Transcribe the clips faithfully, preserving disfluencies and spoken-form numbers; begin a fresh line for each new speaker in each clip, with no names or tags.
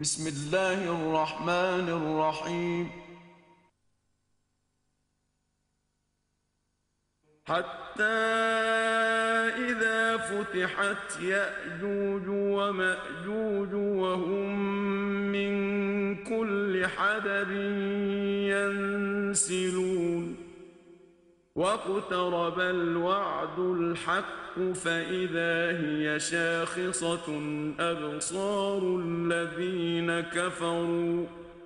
بسم الله الرحمن الرحيم. حتى إذا فتحت يأجوج ومأجوج وهم من كل حدب ينسلون واقترب الوعد الحق فإذا هي شاخصة أبصار الذين كفروا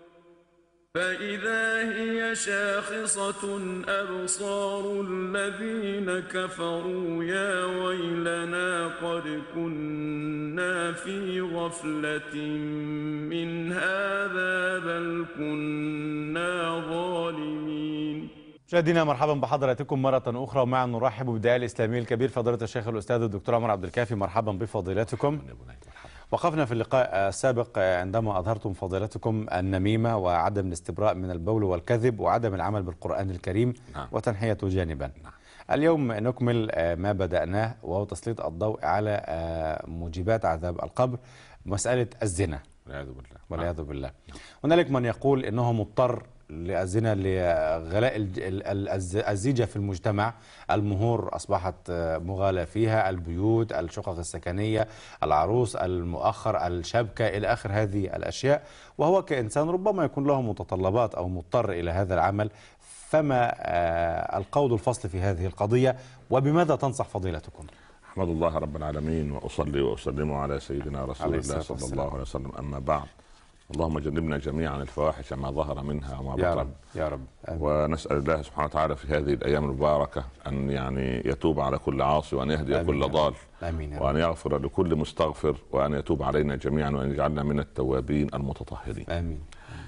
فإذا هي شاخصة أبصار الذين كفروا يا ويلنا قد كنا في غفلة من هذا بل كنا ظالمين.
مشاهدينا مرحبا بحضراتكم مرة أخرى، ومعا نرحب بالداعية الإسلامي الكبير فضيلة الشيخ الأستاذ الدكتور عمر عبد الكافي. مرحبا بفضيلتكم. وقفنا في اللقاء السابق عندما أظهرتم فضيلتكم النميمة وعدم الاستبراء من البول والكذب وعدم العمل بالقرآن الكريم وتنحيته جانبا. اليوم نكمل ما بدأناه، وهو تسليط الضوء على موجبات عذاب القبر، مسألة الزنا والعياذ بالله والعياذ بالله. هنالك من يقول إنه مضطر للزنا لغلاء الزيجة في المجتمع، المهور أصبحت مغالى فيها، البيوت، الشقق السكنية، العروس، المؤخر، الشبكة، إلى آخر هذه الأشياء، وهو كإنسان ربما يكون له متطلبات أو مضطر إلى هذا العمل. فما القول الفصل في هذه القضية، وبماذا تنصح فضيلتكم؟
أحمد الله رب العالمين وأصلي وأسلم على سيدنا رسول الله صلى الله عليه وسلم. أما بعد، اللهم جنبنا جميعا الفواحش ما ظهر منها وما بطن
يا رب يا رب.
آمين. ونسأل الله سبحانه وتعالى في هذه الأيام المباركة أن يعني يتوب على كل عاصي، وأن يهدي آمين كل ضال،
آمين،
وأن يغفر لكل مستغفر، وأن يتوب علينا جميعا، وأن يجعلنا من التوابين المتطهرين.
آمين.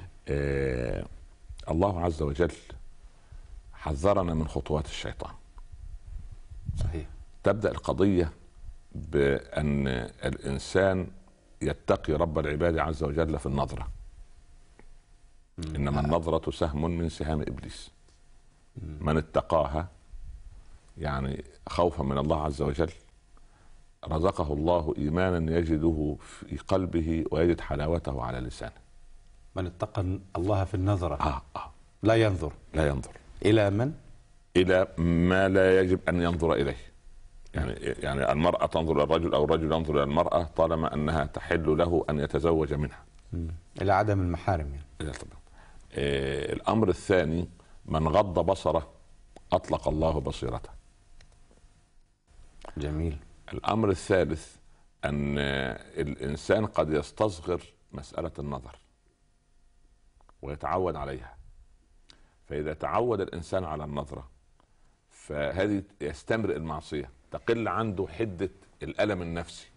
آه الله عز وجل حذرنا من خطوات الشيطان.
صحيح. تبدأ
القضية بأن الإنسان يتقي رب العباد عز وجل في النظرة. مم. إنما النظرة سهم من سهام إبليس. مم. من اتقاها يعني خوفا من الله عز وجل رزقه الله إيمانا يجده في قلبه ويجد حلاوته على لسانه.
من اتقى الله في النظرة
آه آه.
لا ينظر
لا ينظر
إلى من؟
إلى ما لا يجب أن ينظر إليه. يعني يعني المرأة تنظر إلى الرجل أو الرجل ينظر إلى المرأة طالما أنها تحل له أن يتزوج منها.
مم. إلى عدم المحارم يعني.
آه الأمر الثاني، من غض بصره أطلق الله بصيرته.
جميل.
الأمر الثالث، أن الإنسان قد يستصغر مسألة النظر ويتعود عليها، فإذا تعود الإنسان على النظرة فهذه يستمر المعصية، تقل عنده حدة الألم النفسي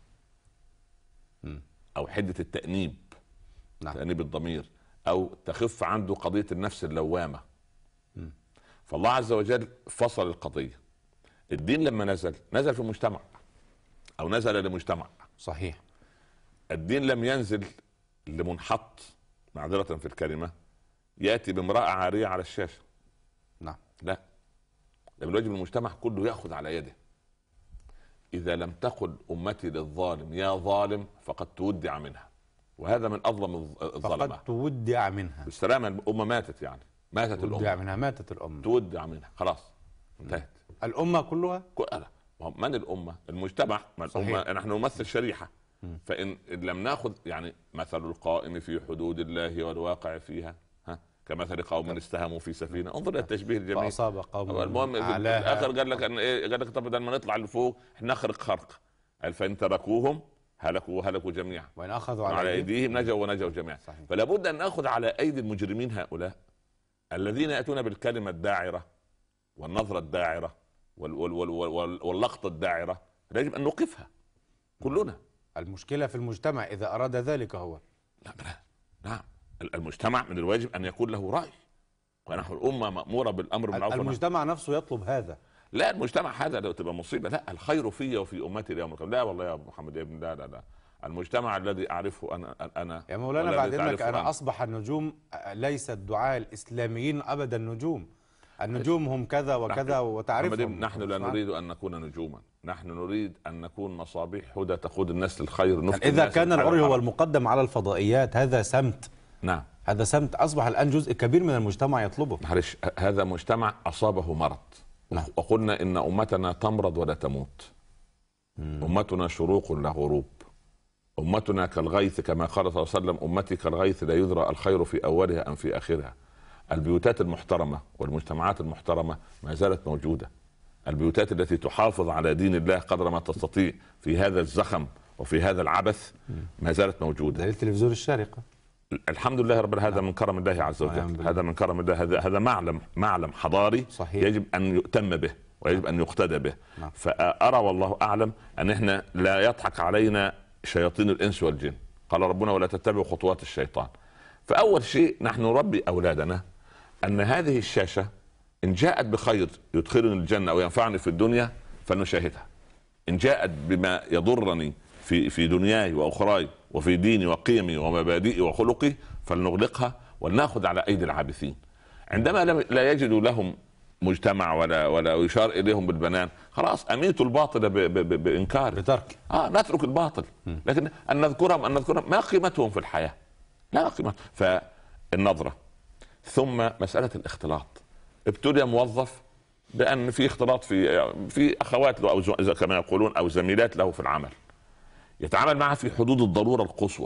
أو حدة التأنيب. نعم. تأنيب الضمير، أو تخف عنده قضية النفس اللوامة. م. فالله عز وجل فصل القضية. الدين لما نزل نزل في مجتمع أو نزل لمجتمع.
صحيح. الدين
لم ينزل لمنحط، معذرة في الكلمة، يأتي بامرأة عارية على الشاشة.
نعم.
لا، لما الواجب المجتمع كله يأخذ على يده. إذا لم تقل أمتي للظالم يا ظالم فقد تودع منها، وهذا من أظلم الظلمات.
فقد تودع منها
بالسلامة. الأمة ماتت، يعني ماتت الأمة.
تودع منها، ماتت الأمة.
تودع منها، خلاص انتهت.
الأمة كلها؟
كلها. من الأمة؟ المجتمع. ما الأمة؟ نحن نمثل شريحة. م. فإن لم نأخذ يعني مثل القائم في حدود الله والواقع فيها كمثل قوم استهموا في سفينه. انظر الى التشبيه الجميل.
فاصاب قوم
المهم في الاخر قال لك ان ايه؟ قال لك طب بدل ما نطلع لفوق نخرق خرق، قال فان تركوهم هلكوا وهلكوا جميعا،
وان اخذوا على,
على ايديهم نجوا ونجوا جميعا. صحيح. فلا بد ان ناخذ على ايدي المجرمين هؤلاء الذين ياتون بالكلمه الداعره والنظره الداعره وال وال وال وال واللقطه الداعره، يجب ان نوقفها كلنا.
المشكله في المجتمع اذا اراد ذلك هو.
لا لا. نعم. المجتمع من الواجب أن يكون له رأي، ونحن الأمة مأمورة بالأمر بالمعروف.
المجتمع نفسه يطلب هذا.
لا، المجتمع هذا لو تبقى مصيبة. لا، الخير في وفي أمتي اليوم القيامة. لا والله يا محمد يا ابن، لا لا لا. المجتمع الذي أعرفه أنا أنا
يا مولانا بعد إنك أنا أصبح النجوم ليست دعاء الإسلاميين أبدا نجوم. النجوم هم كذا وكذا وتعرفهم.
نحن لا نريد أن نكون نجوما، نحن نريد أن نكون مصابيح هدى تقود الناس للخير.
يعني إذا كان العري هو المقدم على الفضائيات، هذا سمت.
نعم،
هذا سمت أصبح الآن جزء كبير من المجتمع يطلبه.
معلش، هذا مجتمع أصابه مرض. نعم. وقلنا إن أمتنا تمرض ولا تموت. مم. أمتنا شروق لا غروب، أمتنا كالغيث كما قال صلى الله عليه وسلم: أمتي كالغيث لا يدرى الخير في أولها أم في آخرها. البيوتات المحترمة والمجتمعات المحترمة ما زالت موجودة. البيوتات التي تحافظ على دين الله قدر ما تستطيع في هذا الزخم وفي هذا العبث ما زالت موجودة.
زي التلفزيون الشارقة.
الحمد لله رب العالمين، هذا من كرم الله عز وجل، هذا من كرم الله، هذا هذا معلم معلم حضاري. صحيح. يجب أن يؤتم به ويجب أن يقتدى به. نعم. فأرى والله أعلم أن احنا لا يضحك علينا شياطين الإنس والجن. قال ربنا: ولا تتبعوا خطوات الشيطان. فأول شيء نحن نربي أولادنا أن هذه الشاشة إن جاءت بخير يدخلني الجنة أو ينفعني في الدنيا فلنشاهدها. إن جاءت بما يضرني في في دنياي وأخراي وفي ديني وقيمي ومبادئي وخلقي فلنغلقها ولنأخذ على أيدي العابثين. عندما لا يجدوا لهم مجتمع ولا ولا يشار إليهم بالبنان، خلاص أميتوا الباطل بإنكار
بترك.
آه نترك الباطل. لكن أن نذكرهم أن نذكرهم ما قيمتهم في الحياة، لا قيمة. فالنظرة، ثم مسألة الاختلاط. ابتلي موظف بأن في اختلاط في في أخوات له أو كما يقولون أو زميلات له في العمل، يتعامل معها في حدود الضرورة القصوى،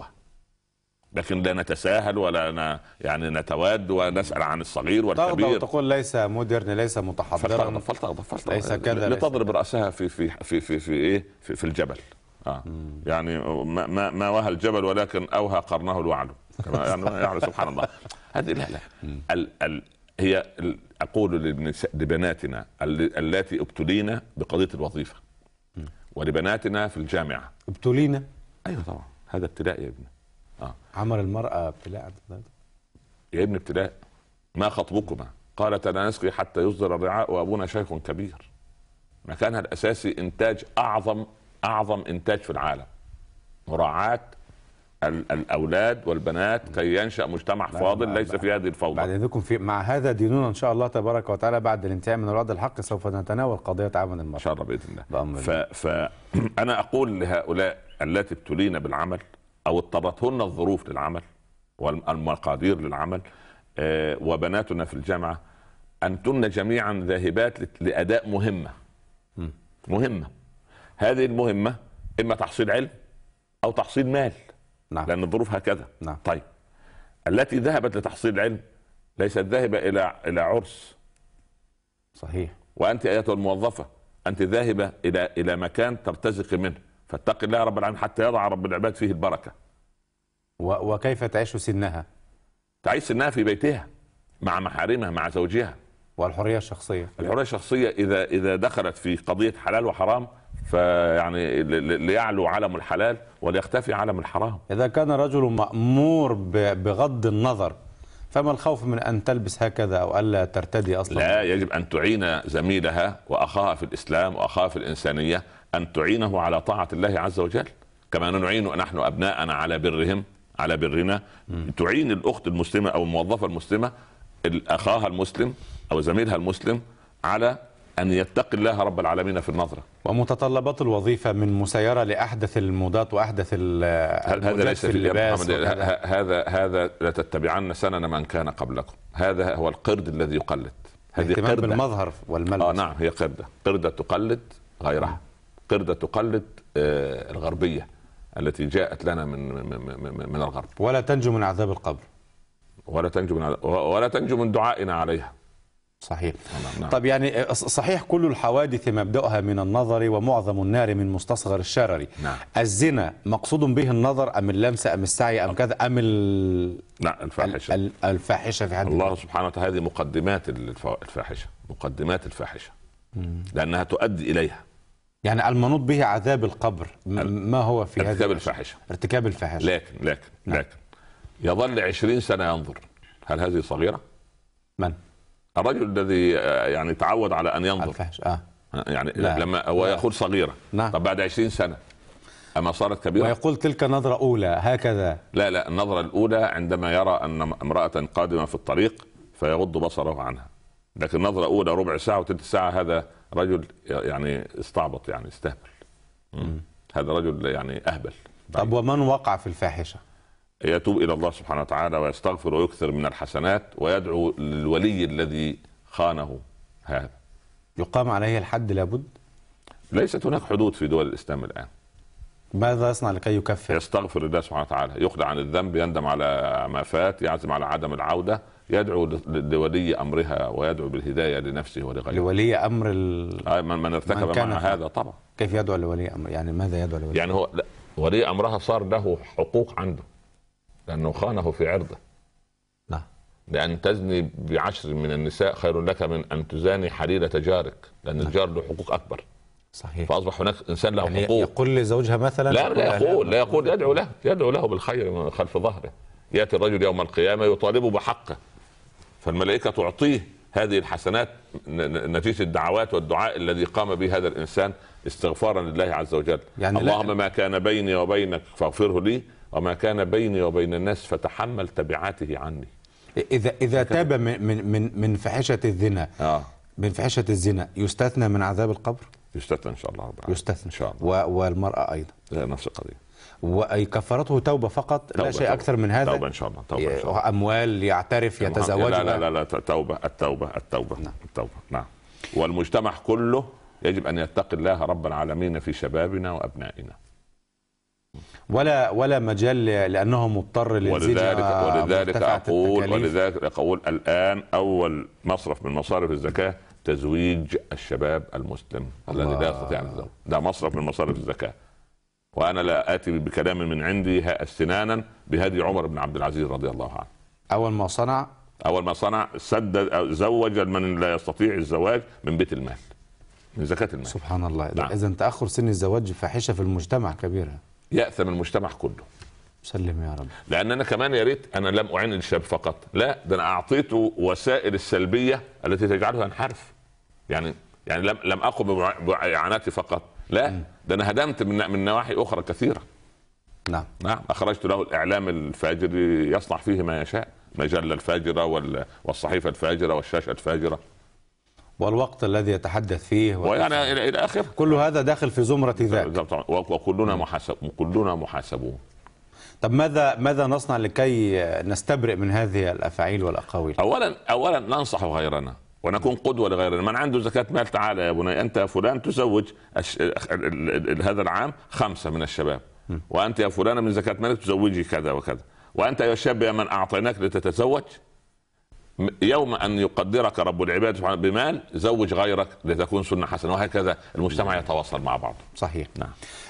لكن لا نتساهل ولا ن... يعني نتواد ونسأل عن الصغير والكبير.
تقول ليس مودرن، ليس متحضرا،
فلتغضب فلتغضب
ليس كذا،
لتضرب رأسها في في في في في ايه في, في الجبل. اه يعني ما ما, ما وهى الجبل ولكن اوهى قرنه الوعل، كما يعني, يعني سبحان الله. هذه لا لا ال ال هي ال اقول لبناتنا اللاتي ابتلينا بقضية الوظيفة ولبناتنا في الجامعة.
ابتلينا؟
ايوه طبعا، هذا ابتلاء يا ابني. آه.
عمل المرأة ابتلاء
يا ابن ابتلاء. ما خطبكما؟ قالت: لا نسقي حتى يصدر الرعاء وابونا شيخ كبير. مكانها الاساسي انتاج اعظم اعظم انتاج في العالم، مراعاة الاولاد والبنات كي ينشأ مجتمع فاضل ليس في هذه الفوضى.
بعد اذنكم في مع هذا ديننا ان شاء الله تبارك وتعالى بعد الانتهاء من الوعد الحق سوف نتناول قضية عمل المرأة ان
شاء الله باذن الله. فانا اقول لهؤلاء التي ابتلين بالعمل او اضطرتهن الظروف للعمل والمقادير للعمل، آه وبناتنا في الجامعة، انتن جميعا ذاهبات لاداء مهمة م. مهمة. هذه المهمة اما تحصيل علم او تحصيل مال. نعم. لان الظروف هكذا.
نعم.
طيب، التي ذهبت لتحصيل العلم ليست ذاهبة الى الى عرس.
صحيح.
وانت ايتها الموظفة انت ذاهبة الى الى مكان ترتزق منه، فاتق الله رب العالمين حتى يضع رب العباد فيه البركة.
وكيف تعيش سنها؟
تعيش سنها في بيتها مع محارمها مع زوجها.
والحرية الشخصية.
الحرية الشخصية إذا إذا دخلت في قضية حلال وحرام فيعني ليعلو علم الحلال وليختفي علم الحرام.
إذا كان رجل مأمور بغض النظر فما الخوف من أن تلبس هكذا أو ألا ترتدي أصلا؟
لا، يجب أن تعين زميلها وأخاها في الإسلام وأخاها في الإنسانية، أن تعينه على طاعة الله عز وجل كما نعين نحن أبناءنا على برهم على برنا. م. تعين الأخت المسلمة أو الموظفة المسلمة أخاها المسلم أو زميلها المسلم على أن يتقي الله رب العالمين في النظرة.
ومتطلبات الوظيفة من مسيرة لأحدث الموضات وأحدث
هذا ليس
في اللباس.
هذا هذا لا تتبعن سنن من كان قبلكم. هذا هو القرد الذي يقلد.
هذه قردة بالمظهر والملبس.
آه نعم، هي قردة قردة تقلد غيرها. قردة تقلد آه الغربية التي جاءت لنا من من, من الغرب.
ولا تنجو من عذاب القبر.
ولا تنجو من ولا تنجو من دعائنا عليها.
صحيح. نعم. طب يعني صحيح كل الحوادث مبدأها من النظر ومعظم النار من مستصغر الشرر.
نعم.
الزنا مقصود به النظر أم اللمس أم السعي أم كذا أم ال...
لا الفاحشة.
الفاحشة في حد
الله سبحانه وتعالى هذه مقدمات الفاحشة، مقدمات الفاحشة. مم. لأنها تؤدي إليها.
يعني المنوط به عذاب القبر ما هو في
ارتكاب الفاحشة.
ارتكاب الفاحشة.
لكن لكن نعم. لكن يظل عشرين سنة ينظر. هل هذه صغيرة؟
من؟
الرجل الذي يعني تعود على أن ينظر.
الفاحش. آه.
يعني لا. لما هو يقول صغيرة.
نعم.
طب بعد عشرين سنة أما صارت كبيرة؟
ويقول تلك نظرة أولى هكذا.
لا لا، النظرة الأولى عندما يرى أن امرأة قادمة في الطريق فيغض بصره عنها. لكن نظرة أولى ربع ساعة وثلث ساعة هذا رجل يعني استعبط، يعني استهبل. هذا رجل يعني أهبل.
طب ومن وقع في الفاحشة؟
يتوب إلى الله سبحانه وتعالى ويستغفر ويكثر من الحسنات ويدعو للولي الذي خانه. هذا
يقام عليه الحد لابد؟
ليست هناك حدود في دول الإسلام الآن.
ماذا يصنع لكي يكفر؟
يستغفر الله سبحانه وتعالى، يخلع عن الذنب، يندم على ما فات، يعزم على عدم العودة، يدعو لولي أمرها ويدعو بالهداية لنفسه ولغيره.
لولي أمر ال...
آه من, من ارتكب مع هذا طبعا.
كيف يدعو لولي أمر؟ يعني ماذا يدعو لولي؟
يعني هو لا، ولي أمرها صار له حقوق عنده لأنه خانه في عرضه.
نعم.
لأن تزني بعشر من النساء خير لك من أن تزاني حليلة جارك، لأن نعم. الجار له حقوق أكبر.
صحيح.
فأصبح هناك إنسان له
يعني
حقوق.
يقول لزوجها مثلا؟
لا لا يقول لا يقول يدعو له يدعو له بالخير من خلف ظهره. يأتي الرجل يوم القيامة يطالبه بحقه، فالملائكة تعطيه هذه الحسنات نتيجة الدعوات والدعاء الذي قام به هذا الإنسان استغفارا لله عز وجل. يعني اللهم ما كان بيني وبينك فاغفره لي، وما كان بيني وبين الناس فتحمل تبعاته عني.
إذا إذا تاب من من من من فحشة الزنا آه. من فحشة الزنا يستثنى من عذاب القبر؟
يستثنى إن شاء الله رب العالمين.
يستثنى
إن شاء الله.
والمرأة أيضا
نفس القضية.
وأي كفارته توبة فقط؟
توبة
لا شيء
توبة.
أكثر من هذا؟
توبة إن شاء الله. توبة إن شاء الله.
أموال يعترف يتزوج؟
لا لا لا, لا توبة التوبة التوبة نعم. التوبة نعم. والمجتمع كله يجب أن يتقي الله رب العالمين في شبابنا وأبنائنا.
ولا ولا مجال لأنه مضطر للزنا.
ولذلك ولذلك أقول ولذلك أقول الآن أول مصرف من مصارف الزكاة تزويج الشباب المسلم الذي لا يستطيع أن يتزوج. ده مصرف من مصارف الزكاة. وأنا لا آتي بكلام من عندي استنانا بهدي عمر بن عبد العزيز رضي الله عنه.
أول ما صنع
أول ما صنع سدد زوج من لا يستطيع الزواج من بيت المال، من زكاة المال.
سبحان الله.
نعم.
إذا تأخر سن الزواج فاحشة في المجتمع كبيرة.
يأثم المجتمع كله.
سلم يا رب.
لأن أنا كمان يا ريت أنا لم أعين الشاب فقط، لا ده أنا أعطيته وسائل السلبية التي تجعله ينحرف. يعني يعني لم لم أقم بإعانتي فقط، لا ده أنا هدمت من من نواحي أخرى كثيرة.
نعم
نعم. أخرجت له الإعلام الفاجر يصنع فيه ما يشاء، مجلة الفاجرة والصحيفة الفاجرة والشاشة الفاجرة
والوقت الذي يتحدث فيه
ويعني إلى إلى آخره.
كل هذا داخل في زمرة ذاك.
وكلنا محاسب كلنا محاسبون.
طب ماذا ماذا نصنع لكي نستبرئ من هذه الأفاعيل والأقاويل؟
أولا أولا ننصح غيرنا ونكون قدوة لغيرنا. من عنده زكاة مال تعالى يا بني أنت يا فلان تزوج هذا العام خمسة من الشباب، وأنت يا فلانة من زكاة مالك تزوجي كذا وكذا، وأنت يا شاب يا من أعطيناك لتتزوج يوم أن يقدرك رب العباد سبحانه بمال زوج غيرك لتكون سنة حسنة، وهكذا المجتمع يتواصل مع بعض.
صحيح.
نعم.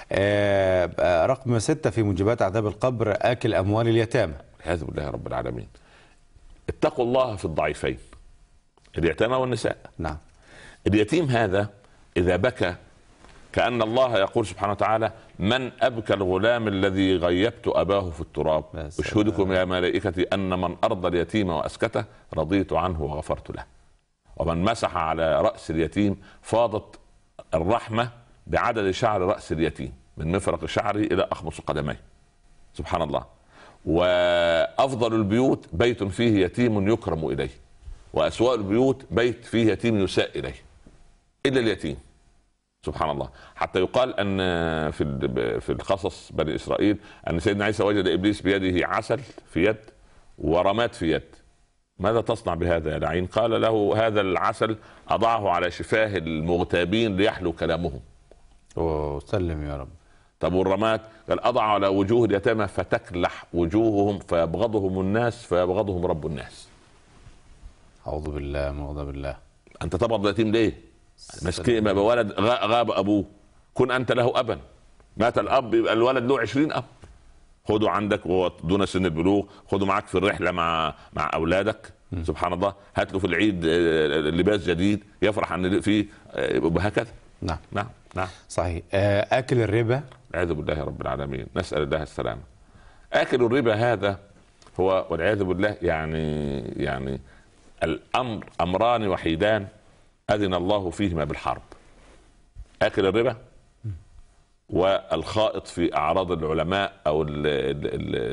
آه رقم ستة في موجبات عذاب القبر آكل أموال اليتامى.
والعياذ بالله رب العالمين. اتقوا الله في الضعيفين اليتامى والنساء.
نعم.
اليتيم هذا إذا بكى كأن الله يقول سبحانه وتعالى من أبكى الغلام الذي غيبت أباه في التراب أشهدكم يا ملائكتي أن من أرضى اليتيم وأسكته رضيت عنه وغفرت له. ومن مسح على رأس اليتيم فاضت الرحمة بعدد شعر رأس اليتيم من مفرق شعره إلى أخمص قدميه. سبحان الله. وأفضل البيوت بيت فيه يتيم يكرم إليه، وأسوأ البيوت بيت فيه يتيم يساء إليه، إلا اليتيم. سبحان الله. حتى يقال أن في في القصص بني إسرائيل أن سيدنا عيسى وجد إبليس بيده عسل في يد ورمات في يد. ماذا تصنع بهذا يا لعين؟ قال له هذا العسل أضعه على شفاه المغتابين ليحلو كلامهم.
وسلم يا رب.
طب والرمات؟ قال أضع على وجوه اليتامى فتكلح وجوههم فيبغضهم الناس فيبغضهم رب الناس.
أعوذ بالله أعوذ بالله.
أنت تبغض اليتيم ليه؟ مسكين ما بولد غاب أبوه، كن أنت له أبا، مات الأب يبقى الولد له عشرين أب. خذوا عندك وهو دون سن البلوغ، خذوا معك في الرحلة مع مع أولادك. م. سبحان الله. هات له في العيد لباس جديد يفرح أن فيه وهكذا.
نعم
نعم نعم
صحيح. آكل الربا
والعياذ بالله رب العالمين، نسأل الله السلامة. آكل الربا هذا هو والعياذ بالله يعني يعني الأمر أمران وحيدان أذن الله فيهما بالحرب: آكل الربا والخائط في أعراض العلماء أو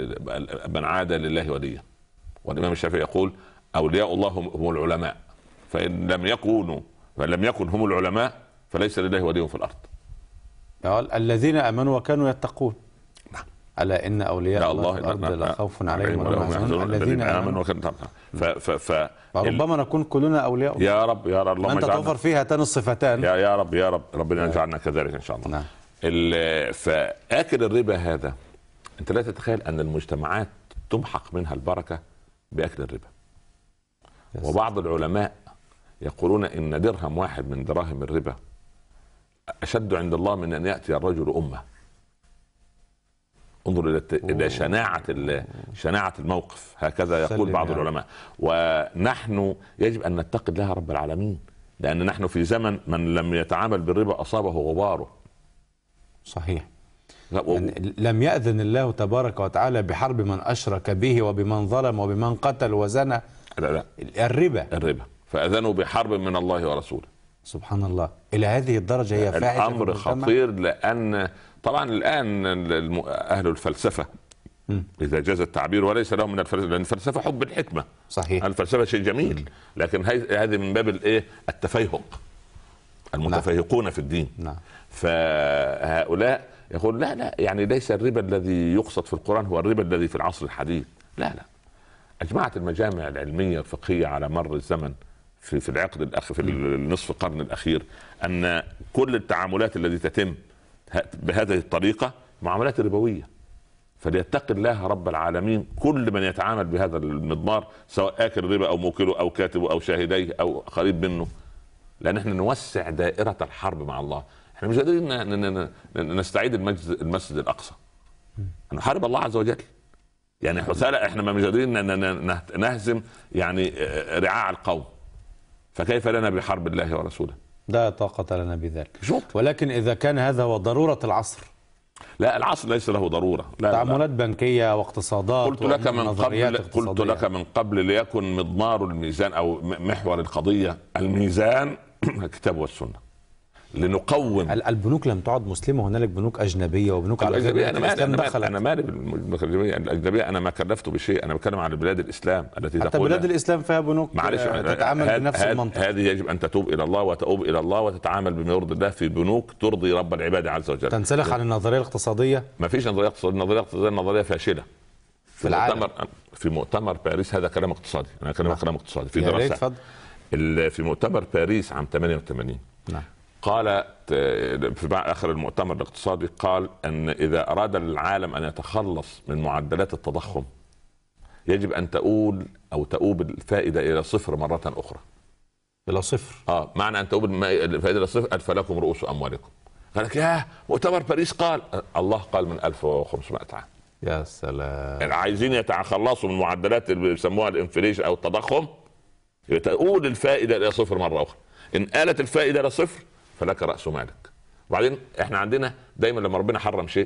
من عاد لله وليا. والإمام الشافعي يقول أولياء الله هم العلماء، فان لم يكونوا فلم يكن هم العلماء فليس لله ولي في الارض.
الذين امنوا وكانوا يتقون.
نعم.
الا ان اولياء الله في الارض لا خوف عليهم ولا هم يحزنون الذين امنوا وكانوا.
ف ف ف
ربما نكون كلنا اولياء.
يا رب يا رب اللهم
انت توفر فيها هاتان الصفتان.
يا يا رب يا رب ربنا يجعلنا كذلك ان شاء الله.
نعم.
فاكل الربا هذا انت لا تتخيل ان المجتمعات تمحق منها البركه باكل الربا. يس. وبعض العلماء يقولون ان درهم واحد من دراهم الربا اشد عند الله من ان ياتي الرجل امه. انظر الى الى شناعه شناعه الموقف. هكذا يقول بعض يعني. العلماء. ونحن يجب ان نتقي الله رب العالمين، لان نحن في زمن من لم يتعامل بالربا اصابه غباره.
صحيح. يعني لم يأذن الله تبارك وتعالى بحرب من أشرك به وبمن ظلم وبمن قتل وزنى.
لا لا
الربا
الربا فأذنوا بحرب من الله ورسوله.
سبحان الله. إلى هذه الدرجة هي فاحشة.
الأمر خطير، لأن طبعا الآن أهل الفلسفة م. إذا جاز التعبير وليس لهم من الفلسفة، لأن الفلسفة حب الحكمة.
صحيح.
الفلسفة شيء جميل، لكن هذه من باب الإيه التفيهق. المتفيهقون في الدين.
نعم.
فهؤلاء يقول لا لا يعني ليس الربا الذي يقصد في القرآن هو الربا الذي في العصر الحديث. لا لا أجمعت المجامع العلمية الفقهية على مر الزمن في في العقد الأخ في النصف القرن الأخير أن كل التعاملات التي تتم بهذه الطريقة معاملات ربوية. فليتقي الله رب العالمين كل من يتعامل بهذا المضمار، سواء آكل ربا أو موكله أو كاتبه أو شاهديه أو قريب منه، لأن احنا نوسع دائرة الحرب مع الله. احنا مش قادرين نستعيد المسجد المسجد الأقصى، نحارب الله عز وجل. يعني حسالة احنا ما مش قادرين نهزم يعني رعاع القوم، فكيف لنا بحرب الله ورسوله؟
لا طاقة لنا بذلك.
شوط.
ولكن إذا كان هذا هو ضرورة العصر.
لا العصر ليس له ضرورة. لا
تعاملات
لا.
بنكية واقتصادات.
قلت لك من قبل قلت لك من قبل ليكن مضمار الميزان أو محور القضية الميزان الكتاب والسنة، لنقوم.
البنوك لم تعد مسلمة، هنالك بنوك أجنبية وبنوك على
غير الإسلام دخلت. أنا مالي بالبنوك الأجنبية، أنا ما كلفته بشيء، أنا بتكلم عن بلاد الإسلام التي
حتى بلاد الإسلام فيها بنوك
معلش
تتعامل هاد بنفس المنطق.
هذه يجب أن تتوب إلى الله وتؤوب إلى الله وتتعامل بما يرضي الله في بنوك ترضي رب العباد عز وجل.
تنسلخ عن النظرية الاقتصادية.
ما فيش نظرية اقتصادية، النظرية الاقتصادية نظرية فاشلة. في مؤتمر في مؤتمر باريس، هذا كلام اقتصادي، أنا كلام كلام اقتصادي في دراسة في مؤتمر باريس عام ثمانية وثمانين.
نعم.
قال في آخر المؤتمر الاقتصادي قال أن إذا أراد العالم أن يتخلص من معدلات التضخم يجب أن تؤول أو تؤوب الفائدة إلى صفر مرة أخرى.
إلى صفر.
آه معنى أن تؤوب الفائدة إلى صفر ألفلكم رؤوس أموالكم. قال لك يا مؤتمر باريس قال، الله قال من ألف وخمسمائة عام.
يا سلام.
يعني عايزين يتخلصوا من معدلات اللي بيسموها الانفليشن أو التضخم، تؤول الفائدة إلى صفر مرة أخرى. إن آلت الفائدة إلى صفر فلك رأس مالك. وبعدين احنا عندنا دايما لما ربنا حرم شيء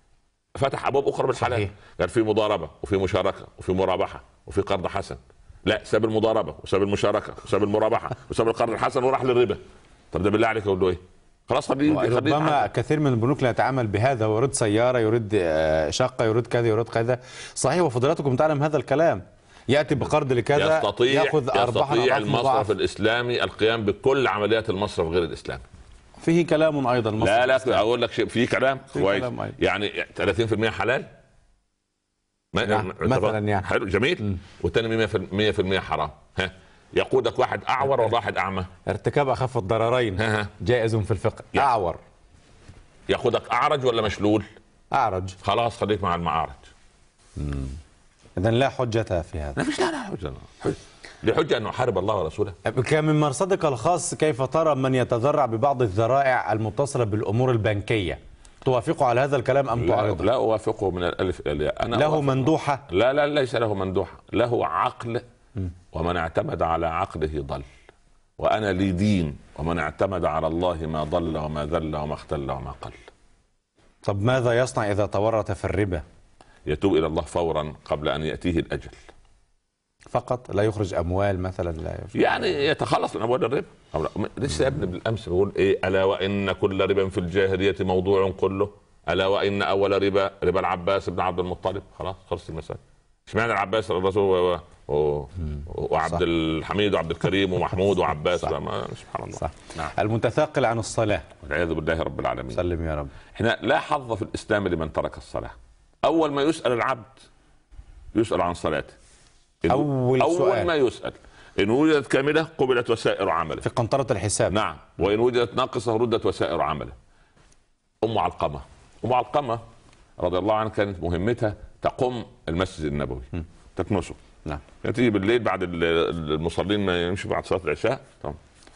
فتح ابواب اخرى بالحلال. قال في مضاربه وفي مشاركه وفي مرابحه وفي قرض حسن. لا ساب المضاربه وساب المشاركه وساب المرابحه وساب القرض الحسن وراح للربا. طب ده بالله عليك اقول له ايه؟ خلاص خليه.
ربما كثير من البنوك لا يتعامل بهذا، ويريد سياره، يريد شقه، يريد كذا، يريد كذا. صحيح، وفضيلتكم تعلم هذا الكلام. ياتي بقرض لكذا
يستطيع
ياخذ ارباح.
يستطيع المصرف الاسلامي القيام بكل عمليات المصرف غير الاسلامي.
فيه كلام ايضا.
لا لا اقول لك شيء، فيه كلام كويس يعني ثلاثين بالمئة حلال
مثلا يعني
حلو جميل، والثاني مئة بالمئة حرام. ها يقودك واحد اعور ولا واحد اعمى؟
ارتكاب اخف الضررين جائز في الفقه. يعني اعور
ياخذك اعرج ولا مشلول؟
اعرج.
خلاص خليك مع المعارج.
اذا لا حجة في هذا.
ما فيش لا لا حجة. لحجة أنه حارب الله ورسوله.
من مرصدك الخاص كيف ترى من يتذرع ببعض الذرائع المتصلة بالأمور البنكية؟ توافقه على هذا الكلام أم تعارضه؟
لا أوافقه من الألف إلى الياء. أنا
له مندوحة؟
لا لا ليس له مندوحة، له عقل ومن اعتمد على عقله ضل، وأنا لي دين ومن اعتمد على الله ما ضل وما ذل وما اختل وما قل.
طب ماذا يصنع إذا تورط في الربا؟
يتوب إلى الله فورا قبل أن يأتيه الأجل.
فقط لا يخرج اموال مثلا؟ لا يفعل.
يعني يتخلص من اموال الربا. لسه يا ابني بالامس بيقول ايه؟ الا وان كل ربا في الجاهليه موضوع كله، الا وان اول ربا ربا العباس بن عبد المطلب. خلاص خلص المسألة. اشمعنى العباس الرسول و... و... وعبد الحميد وعبد الكريم ومحمود وعباس؟ ما... سبحان الله.
صح. نعم. المتثاقل عن الصلاة
والعياذ بالله رب العالمين.
سلم يا رب.
احنا لا حظ في الاسلام لمن ترك الصلاة. اول ما يسأل العبد يسأل عن صلاته.
اول,
أول
سؤال.
ما يسأل ان وجدت كاملة قبلت وسائر عمله
في قنطرة الحساب.
نعم. وان وجدت ناقصة ردت وسائر عمله. ام علقمة ام علقمة رضي الله عنها كانت مهمتها تقوم المسجد النبوي م. تكنسه.
نعم.
تيجي بالليل بعد المصلين ما يمشي بعد صلاة العشاء. طبعا.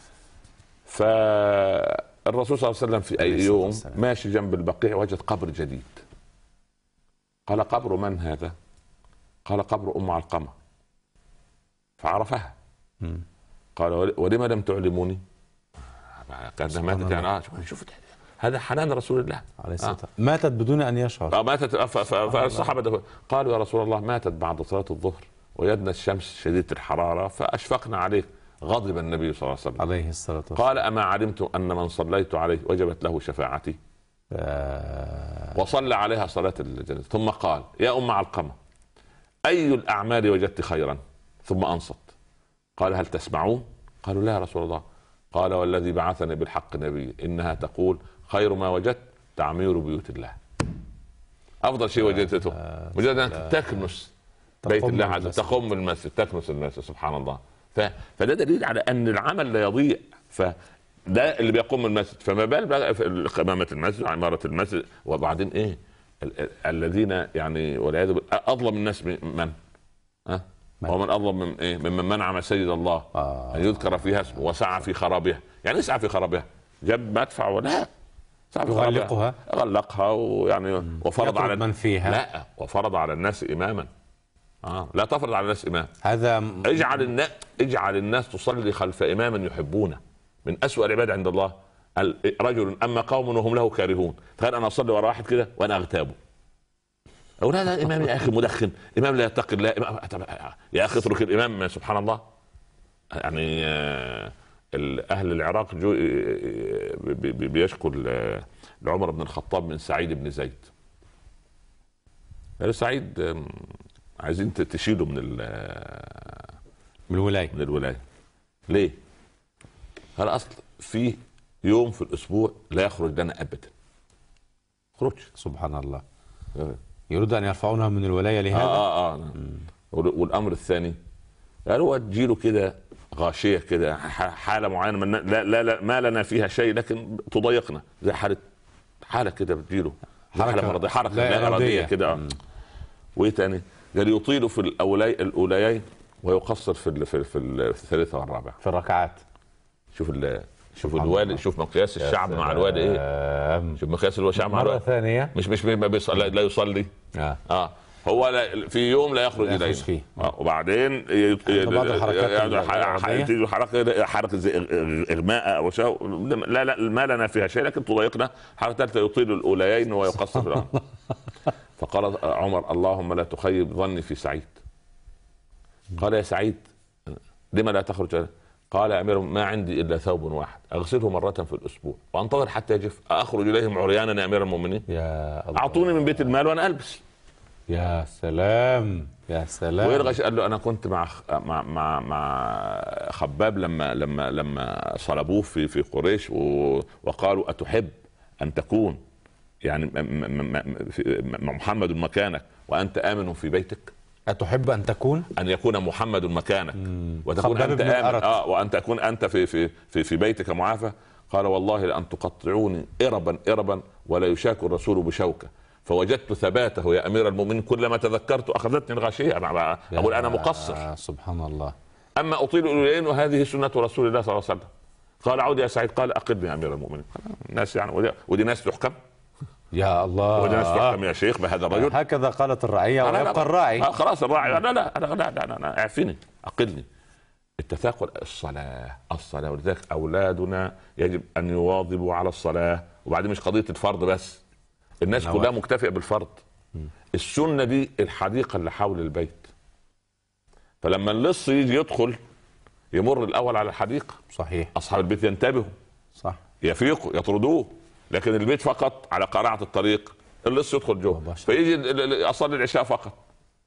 فالرسول صلى الله عليه وسلم في اي يوم ماشي جنب البقيع وجد قبر جديد. قال قبر من هذا؟ قال قبر ام علقمة. فعرفها. م. قال ولما لم تعلموني؟ كانت ماتت يعني اه شوف هذا حنان رسول الله
عليه الصلاة والسلام. آه. ماتت بدون ان يشعر.
اه ماتت. فالصحابه قالوا يا رسول الله ماتت بعد صلاة الظهر ويدنا الشمس شديدة الحرارة فاشفقنا عليك. غضب النبي صلى الله عليه وسلم
عليه الصلاة والسلام.
قال اما علمت ان من صليت عليه وجبت له شفاعتي؟ آه. وصلى عليها صلاة الجنازة. ثم قال يا ام علقمة اي الاعمال وجدت خيرا؟ ثم انصت. قال هل تسمعون؟ قالوا لا يا رسول الله. قال والذي بعثني بالحق نبي انها تقول خير ما وجدت تعمير بيوت الله. افضل شيء وجدته مجرد ان تكنس بيت الله عز وجل تقوم المسجد تكنس المسجد. سبحان الله. ف... فده دليل على ان العمل لا يضيع. فده اللي بيقوم المسجد فما بال بقى في قمامة المسجد وعمارة المسجد. وبعدين ايه ال... الذين يعني والعياذ بالله اظلم الناس من ها ومن اظلم من ايه ممن منع مساجد الله آه. ان يذكر فيها اسمه وسعى في خرابها. يعني سعى في خرابها جاب مدفع ولا
يغلقها
غلقها ويعني وفرض على
من فيها.
لا وفرض على الناس اماما. آه. لا تفرض على الناس امام.
هذا
اجعل الناس اجعل الناس تصلي خلف امام يحبونه. من اسوأ العباد عند الله رجل اما قوم وهم له كارهون. تخيل انا اصلي ورا واحد كده وانا اغتابه. أو لا لا إمام يا أخي مدخن إمام لا يتقي الله يا أخي اترك الإمام. سبحان الله. يعني أهل العراق جو بيشكوا لعمر بن الخطاب من سعيد بن زيد. قال سعيد عايزين تشيله من
من الولاية
من الولاية ليه؟ قال أصل في يوم في الأسبوع لا يخرج لنا أبدا. خرج.
سبحان الله. يريد ان يرفعونها من الولايه لهذا.
اه اه, آه. والامر الثاني قالوا يعني تجيله كده غاشيه كده حاله معينه من لا, لا لا ما لنا فيها شيء لكن تضايقنا زي حاله حاله كده بتجيله حاله مرضيه حركه لا اراديه كده. آه. وايه ثاني؟ قال يطيل في الاولي الاوليين ويقصر في في في الثالثه والرابعه
في الركعات.
شوف شوف الوالد شوف مقياس الشعب مع الوالد ايه. شوف مقياس الشعب مع الوالد
ثانيه
مش مش ما بيصلي لا يصلي اه, آه. هو لا في يوم لا يخرج اليه آه. وبعدين
بعض الحركات
حركه حركه زي اغماء او شيء لا لا ما لنا فيها شيء لكن تضايقنا. حركه ثالثه يطيل الاوليين ويقصر في الامر. فقال عمر اللهم لا تخيب ظني في سعيد. قال يا سعيد لما لا تخرج؟ قال يا امير ما عندي الا ثوب واحد اغسله مره في الاسبوع وانتظر حتى يجف اخرج اليهم عريانا يا امير المؤمنين.
يا الله.
اعطوني من بيت المال وانا البس.
يا سلام يا سلام.
ويرغش قال له انا كنت مع مع مع, مع خباب لما لما لما صلبوه في في قريش وقالوا اتحب ان تكون يعني محمد مكانك وانت امن في بيتك؟
أتحب أن تكون
أن يكون محمد مكانك وتكون أنت آمن آه وأن تكون أنت في في في, في بيتك معافى؟ قال والله لأن تقطعوني إربا إربا ولا يشاك الرسول بشوكة فوجدت ثباته يا أمير المؤمنين كلما تذكرت أخذتني الغاشية. أنا أقول أنا مقصر.
سبحان الله.
أما أطيل الأولين وهذه سنة رسول الله صلى الله عليه وسلم. قال عود يا سعيد. قال أقلني يا أمير المؤمنين. الناس يعني ودي, ودي ناس تحكم
يا الله.
ودي ناس تحكم يا شيخ بهذا الرجل.
هكذا قالت الرعية ويبقى الراعي.
خلاص الراعي لا لا لا لا لا, لا, لا اعفني أقلني. التثاقل الصلاة الصلاة ولذلك أولادنا يجب أن يواظبوا على الصلاة. وبعدين مش قضية الفرض بس. الناس كلها مكتفئة بالفرض. السنة دي الحديقة اللي حول البيت. فلما اللص يجي يدخل يمر الأول على الحديقة.
صحيح.
أصحاب البيت ينتبهوا.
صح.
يفيقوا يطردوه. لكن البيت فقط على قارعة الطريق اللص يدخل جوه فيجي أصلي العشاء فقط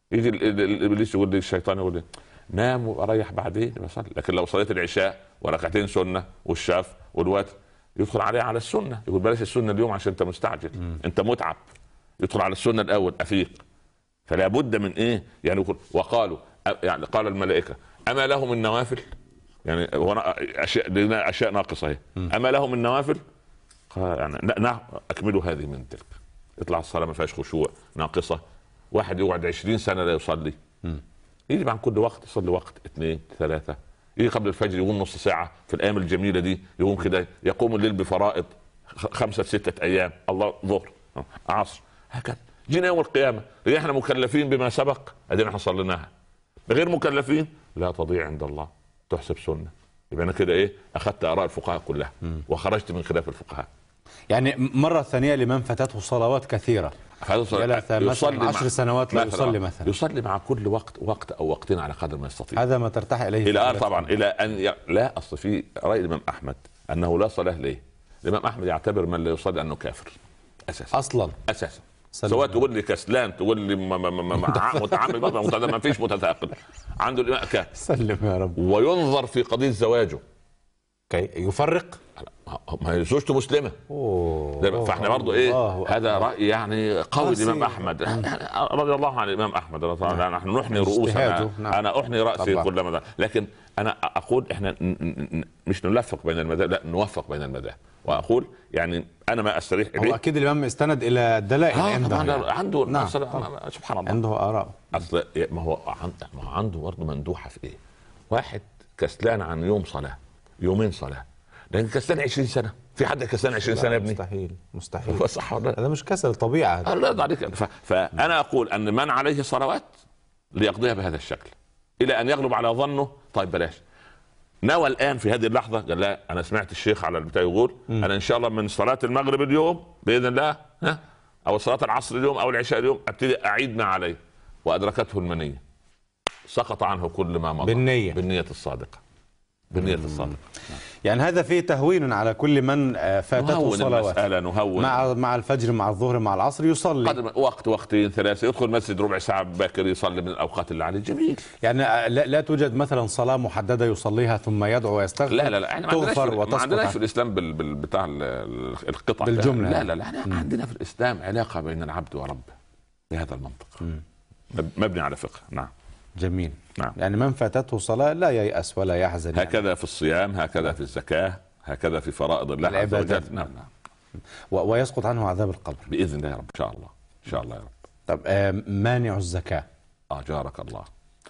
يجي الابليس يقول لي، الشيطان يقول لي نام واريح بعدين بصلي. لكن لو صليت العشاء وركعتين سنه والشاف والوتر، يدخل عليه على السنه، يقول بلاش السنه اليوم عشان انت مستعجل، م. انت متعب. يدخل على السنه الاول افيق. فلا بد من ايه يعني. وقالوا يعني قال الملائكه اما له من نوافل، يعني هنا اشياء لنا اشياء ناقصه اهي، اما له من نوافل؟ قال يعني نعم اكملوا هذه من تلك. يطلع الصلاه ما فيهاش خشوع، ناقصه. واحد يقعد عشرين سنه لا يصلي، م. يجي عن كل وقت يصلي وقت اثنين ثلاثه. يجي قبل الفجر يقوم نص ساعه في الايام الجميله دي، يقوم كده يقوم الليل بفرائض خمسه سته ايام، الله ظهر عصر هكذا. جينا يوم القيامه لان احنا مكلفين بما سبق، ادينا احنا صليناها. غير مكلفين لا تضيع عند الله، تحسب سنه. يبقى انا كده ايه، اخذت اراء الفقهاء كلها وخرجت من خلاف الفقهاء.
يعني مرة ثانية لمن فاتته صلوات كثيرة، يصلي عشر سنوات لا يصلي مثلا،
يصلي مع كل وقت وقت او وقتين على قدر ما يستطيع.
هذا ما ترتاح اليه
الى طبعا الى ان ي... لا اصل في راي الامام احمد انه لا صلاه ليه. الامام احمد يعتبر من لا يصلي انه كافر اساسا
اصلا
اساسا. سواء تقول لي كسلان، تقول لي متعمد، ما فيش متثاقل عنده الامام كافر.
سلم يا رب.
وينظر في قضيه زواجه كي
يفرق،
ما هي زوجته مسلمه. أوه. فاحنا برضو ايه أوه. هذا راي يعني قوي الامام احمد رضي الله عن الامام احمد. نعم. نحن نحني رؤوسنا، نعم. انا احني راسي كلما، لكن انا اقول احنا مش نلفق بين المذاهب، لا نوفق بين المذاهب. واقول يعني انا ما استريح اليه.
هو اكيد الامام استند الى دلائل
عنده يعني. عنده نعم. سبحان الله
عنده اراء.
اصل ما هو عنده برضه مندوحه في ايه. واحد كسلان عن يوم صلاه يومين صلاه، لكن كسلان عشرين سنه. في حد كسلان عشرين سنه يا ابني؟
مستحيل مستحيل.
صح ولا
هذا مش كسل طبيعه.
الله يرضى عليك. فانا اقول ان من عليه صلوات ليقضيها بهذا الشكل الى ان يغلب على ظنه طيب بلاش. نوى الان في هذه اللحظه قال لا انا سمعت الشيخ على البتاع يقول م. انا ان شاء الله من صلاه المغرب اليوم باذن الله ها او صلاه العصر اليوم او العشاء اليوم ابتدي اعيد ما عليه. وادركته المنيه، سقط عنه كل ما مضى
بالنيه
بالنيه الصادقه بالنية الصادقة.
يعني هذا فيه تهوين على كل من فاتته صلوات.
نهون
مع مع الفجر مع الظهر مع العصر يصلي
قدر وقت وقتين ثلاثة، يدخل مسجد ربع ساعة باكر يصلي من الأوقات اللي عليه جميل.
يعني لا, لا توجد مثلا صلاة محددة يصليها ثم يدعو ويستغفر.
لا لا لا احنا
تغفر
ما عندناش في الإسلام بال بال بتاع القطع
بالجملة.
لا لا لا احنا عندنا في الإسلام علاقة بين العبد وربه بهذا المنطق. م. مبني على فقه. نعم
جميل.
نعم.
يعني من فاتته صلاة لا ييأس ولا يحزن.
هكذا يعني. في الصيام، هكذا في الزكاة، هكذا في فرائض الله عز وجل. نعم نعم.
ويسقط عنه عذاب القبر
بإذن الله يا رب. إن شاء الله إن شاء الله يا رب.
طب آه مانع الزكاة.
آه جارك الله.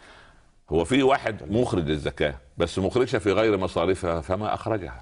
هو في واحد مخرج للزكاة بس مخرجها في غير مصاريفها فما أخرجها.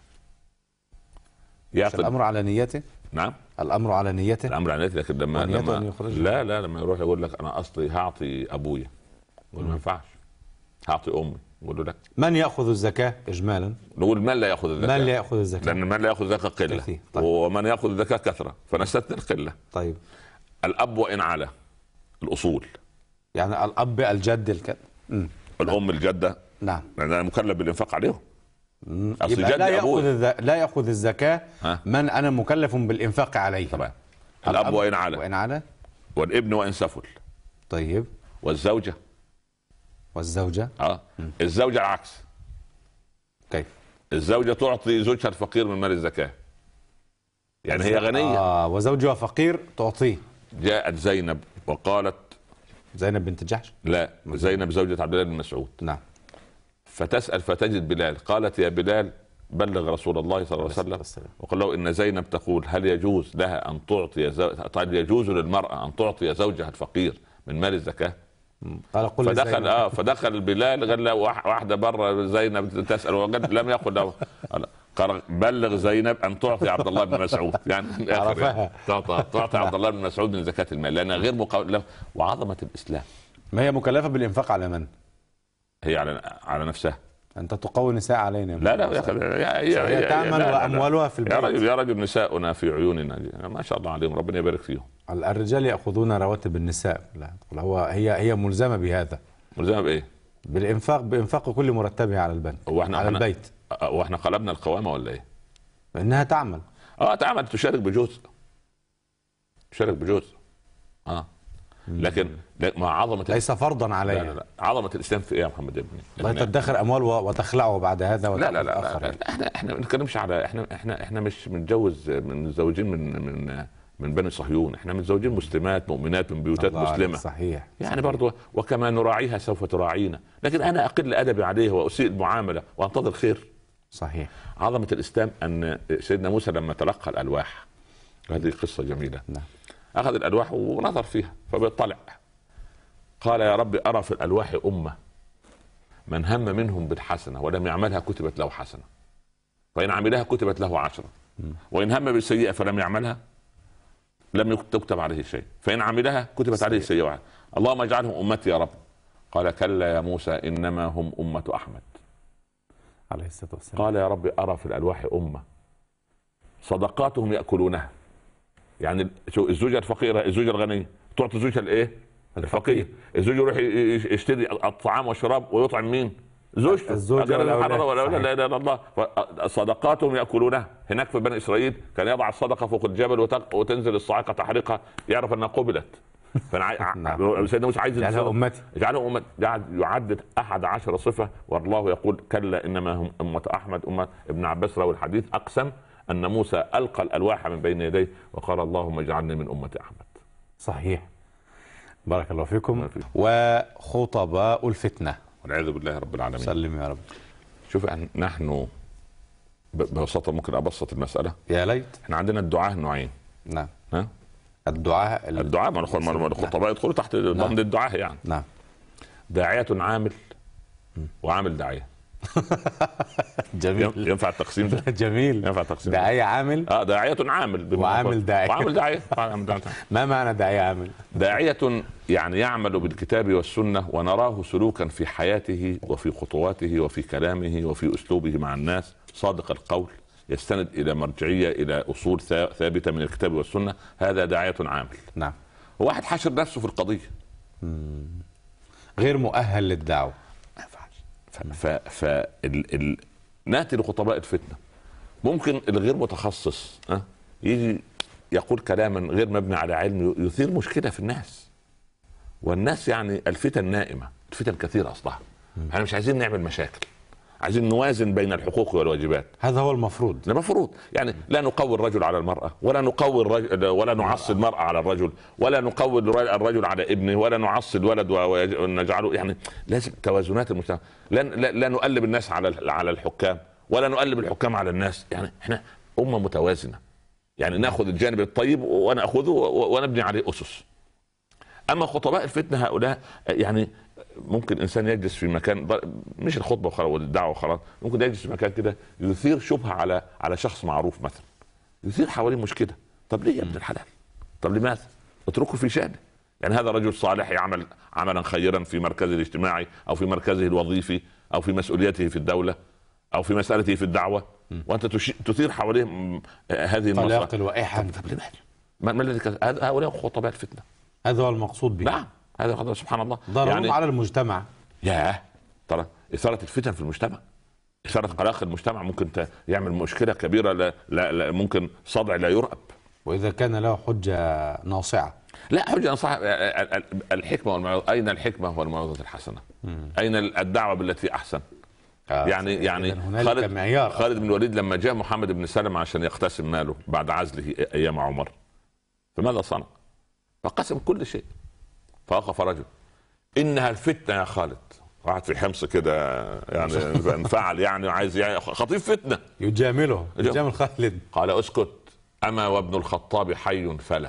الأمر على نيته.
نعم
الأمر على نيته.
الأمر على نيته. لكن لما, لما لا لا لما يروح يقول لك أنا أصلي هعطي أبويا، يقول ما ينفعش، هعطي امي، نقول له لا.
من ياخذ الزكاه اجمالا؟
نقول من لا ياخذ الزكاه.
من لا ياخذ الزكاه؟
لان من لا ياخذ الزكاه قله. طيب. ومن ياخذ الزكاه كثره، فنستثني القله.
طيب
الاب وان على الاصول،
يعني الاب الجد الك...
الام الجده.
نعم.
يعني انا مكلف بالانفاق عليهم.
اصل لا ياخذ الز... لا ياخذ الزكاه ها؟ من انا مكلف بالانفاق عليه.
طبعا. الاب وان على
وان على
والابن وان سفل.
طيب.
والزوجه
والزوجة
اه م. الزوجة العكس.
كيف؟
الزوجة تعطي زوجها الفقير من مال الزكاة، يعني هي غنية
اه وزوجها فقير تعطيه.
جاءت زينب وقالت،
زينب بنت جحش؟
لا زينب زوجة عبد الله بن مسعود.
نعم.
فتسأل فتجد بلال، قالت يا بلال بلغ رسول الله صلى الله عليه وسلم وقال له ان زينب تقول هل يجوز لها ان تعطي زو... طيب يجوز للمرأة ان تعطي زوجها الفقير من مال الزكاة؟
قال قل
فدخل اه فدخل بلال قال له واحده بره زينب تسال وقد لم يقل له قال بلغ زينب ان تعطي عبد الله بن مسعود، يعني
عرفها
تعطي تعطي عبد الله بن مسعود من زكاه المال لانها غير مقابل له. وعظمه الاسلام.
ما هي مكلفه بالانفاق على من؟
هي على على نفسها.
انت تقوي نساء علينا.
لا لا يا اخي
هي تعمل واموالها في البيت.
يا رجل يا رجل نساؤنا في عيوننا ما شاء الله عليهم ربنا يبارك فيهم.
الرجال ياخذون رواتب النساء. لا هو هي هي ملزمه بهذا.
ملزمه بايه؟
بالانفاق بانفاق كل مرتبها على البنك.
هو احنا
على البيت.
واحنا قلبنا القوامه ولا ايه؟
انها تعمل.
اه تعمل تشارك بجزء. تشارك بجزء. اه لكن مع عظمه
ليس فرضا علي.
لا لا لا. عظمه الاسلام في ايه يا محمد ابني؟
لا تدخر اموال وتخلعه بعد هذا.
لا لا لا, لا, لا. احنا احنا ما بنتكلمش على احنا احنا احنا مش متجوز من متزوجين من من من بني صهيون، احنا متزوجين مسلمات مؤمنات من بيوتات مسلمه.
صحيح.
يعني
صحيح.
برضه وكما نراعيها سوف تراعينا، لكن انا اقل ادبي عليه واسيء المعامله وانتظر خير.
صحيح.
عظمه الاسلام ان سيدنا موسى لما تلقى الالواح، هذه قصه جميله.
نعم.
اخذ الالواح ونظر فيها فبيطلع، قال يا رب ارى في الالواح امه من هم منهم بالحسنه ولم يعملها كتبت له حسنه، فان عملها كتبت له عشره، وان هم بالسيئه فلم يعملها لم تكتب عليه شيء، فان عملها كتبت عليه سيئه واحده. اللهم اجعلهم امتي يا رب. قال كلا يا موسى انما هم امه احمد
عليه الصلاه والسلام.
قال يا رب ارى في الالواح امه صدقاتهم ياكلونها، يعني شو الزوجه الفقيره الزوجه الغنيه تعطي زوجها الايه؟ الفقير. الزوج يروح يشتري الطعام والشراب ويطعم مين؟ زوجته.
الزوجه
ولا لا اله الا الله. صدقاتهم ياكلونها. هناك في بني اسرائيل كان يضع الصدقه فوق الجبل وتنزل الصاعقه تحرقها يعرف انها قبلت. فانا سيدنا موسى عايز
اجعلها امتي
اجعلها امتي، يعدد احد عشر صفه، والله يقول كلا انما هم امه احمد. امه ابن عباس روى الحديث اقسم ان موسى القى الالواح من بين يديه وقال اللهم اجعلني من امه احمد.
صحيح. بارك الله فيكم. وخطباء الفتنه
والعياذ بالله رب العالمين.
سلم يا رب.
شوف نحن ببساطه ممكن ابسط المساله.
يا ليت.
احنا عندنا الدعاء نوعين.
نعم.
ها؟
الدعاء ال...
الدعاء ما الخطباء يدخلوا تحت ضمن الدعاء يعني.
نعم.
داعية عامل وعامل داعية.
جميل.
ينفع التقسيم ده؟
جميل.
ينفع التقسيم.
داعية عامل.
اه داعية عامل
وعامل داعية.
وعامل داعية.
ما معنى داعية عامل؟
داعية يعني يعمل بالكتاب والسنة ونراه سلوكا في حياته وفي خطواته وفي كلامه وفي أسلوبه مع الناس صادق القول، يستند إلى مرجعية إلى أصول ثابتة من الكتاب والسنة، هذا داعية عامل.
نعم.
واحد حاشر نفسه في القضية
مم. غير مؤهل للدعوة.
ف ف ال... ال... ناتي لخطباء الفتنه. ممكن الغير متخصص أه؟ يجي يقول كلاما غير مبني على علم يثير مشكله في الناس، والناس يعني الفتن نائمه، الفتن كثيره اصلها. احنا مش عايزين نعمل مشاكل، عايزين نوازن بين الحقوق والواجبات.
هذا هو المفروض.
المفروض يعني لا نقوي الرجل على المرأة، ولا نقوي الرجل ولا نعصي المرأة على الرجل، ولا نقوي الرجل على ابنه، ولا نعصي الولد ونجعله، يعني لازم توازنات المجتمع. لا, لا, لا نقلب الناس على على الحكام، ولا نقلب الحكام على الناس، يعني احنا أمة متوازنة، يعني ناخذ الجانب الطيب ونأخذه ونبني عليه أسس. أما خطباء الفتنة هؤلاء يعني ممكن انسان يجلس في مكان مش الخطبه وخلاص والدعوه وخلاص، ممكن يجلس في مكان كده يثير شبهه على على شخص معروف مثلا، يثير حواليه مشكله. طب ليه يا ابن الحلال؟ طب لماذا؟ اتركه في شأنه. يعني هذا رجل صالح يعمل عملا خيرا في مركزه الاجتماعي او في مركزه الوظيفي او في مسؤوليته في الدوله او في مسألته في الدعوه، وانت تثير حواليه هذه المصلحه.
طلاق الوائحه.
طب لماذا؟ ما الذي هؤلاء خطباء الفتنه.
هذا هو المقصود به.
نعم هذا سبحان الله
ضرر يعني على المجتمع.
ياه ترى إثارة الفتن في المجتمع، إثارة قلاق المجتمع ممكن يعمل مشكلة كبيرة، لا, لا, لا ممكن صدع لا يرأب.
وإذا كان له حجة ناصعة.
لا حجة ناصعة. الحكمة والموعظة، أين الحكمة والموعظة الحسنة؟ مم. أين الدعوة بالتي أحسن؟ آه يعني يعني خالد, خالد بن الوليد لما جاء محمد بن سلمة عشان يقتسم ماله بعد عزله أيام عمر، فماذا صنع؟ فقسم كل شيء. فوقف رجل انها الفتنه يا خالد، واحد في حمص كده يعني انفعل يعني وعايز يعني خطيب فتنه
يجامله يجامل خالد.
قال اسكت اما وابن الخطاب حي فلا.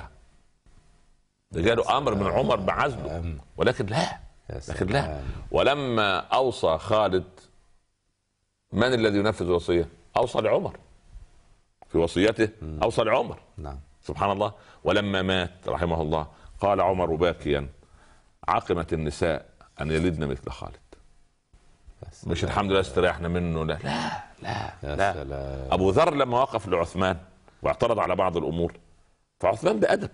ده جاله امر من عمر بعزله، ولكن لا لكن لا ولما اوصى خالد من الذي ينفذ الوصيه؟ اوصى لعمر في وصيته، اوصى لعمر.
نعم
سبحان الله. ولما مات رحمه الله قال عمر باكيا عقمت النساء ان يلدن مثل خالد. مش الحمد لله استريحنا منه، لا لا لا, لا. لا. ابو ذر لما وقف لعثمان واعترض على بعض الامور، فعثمان بأدب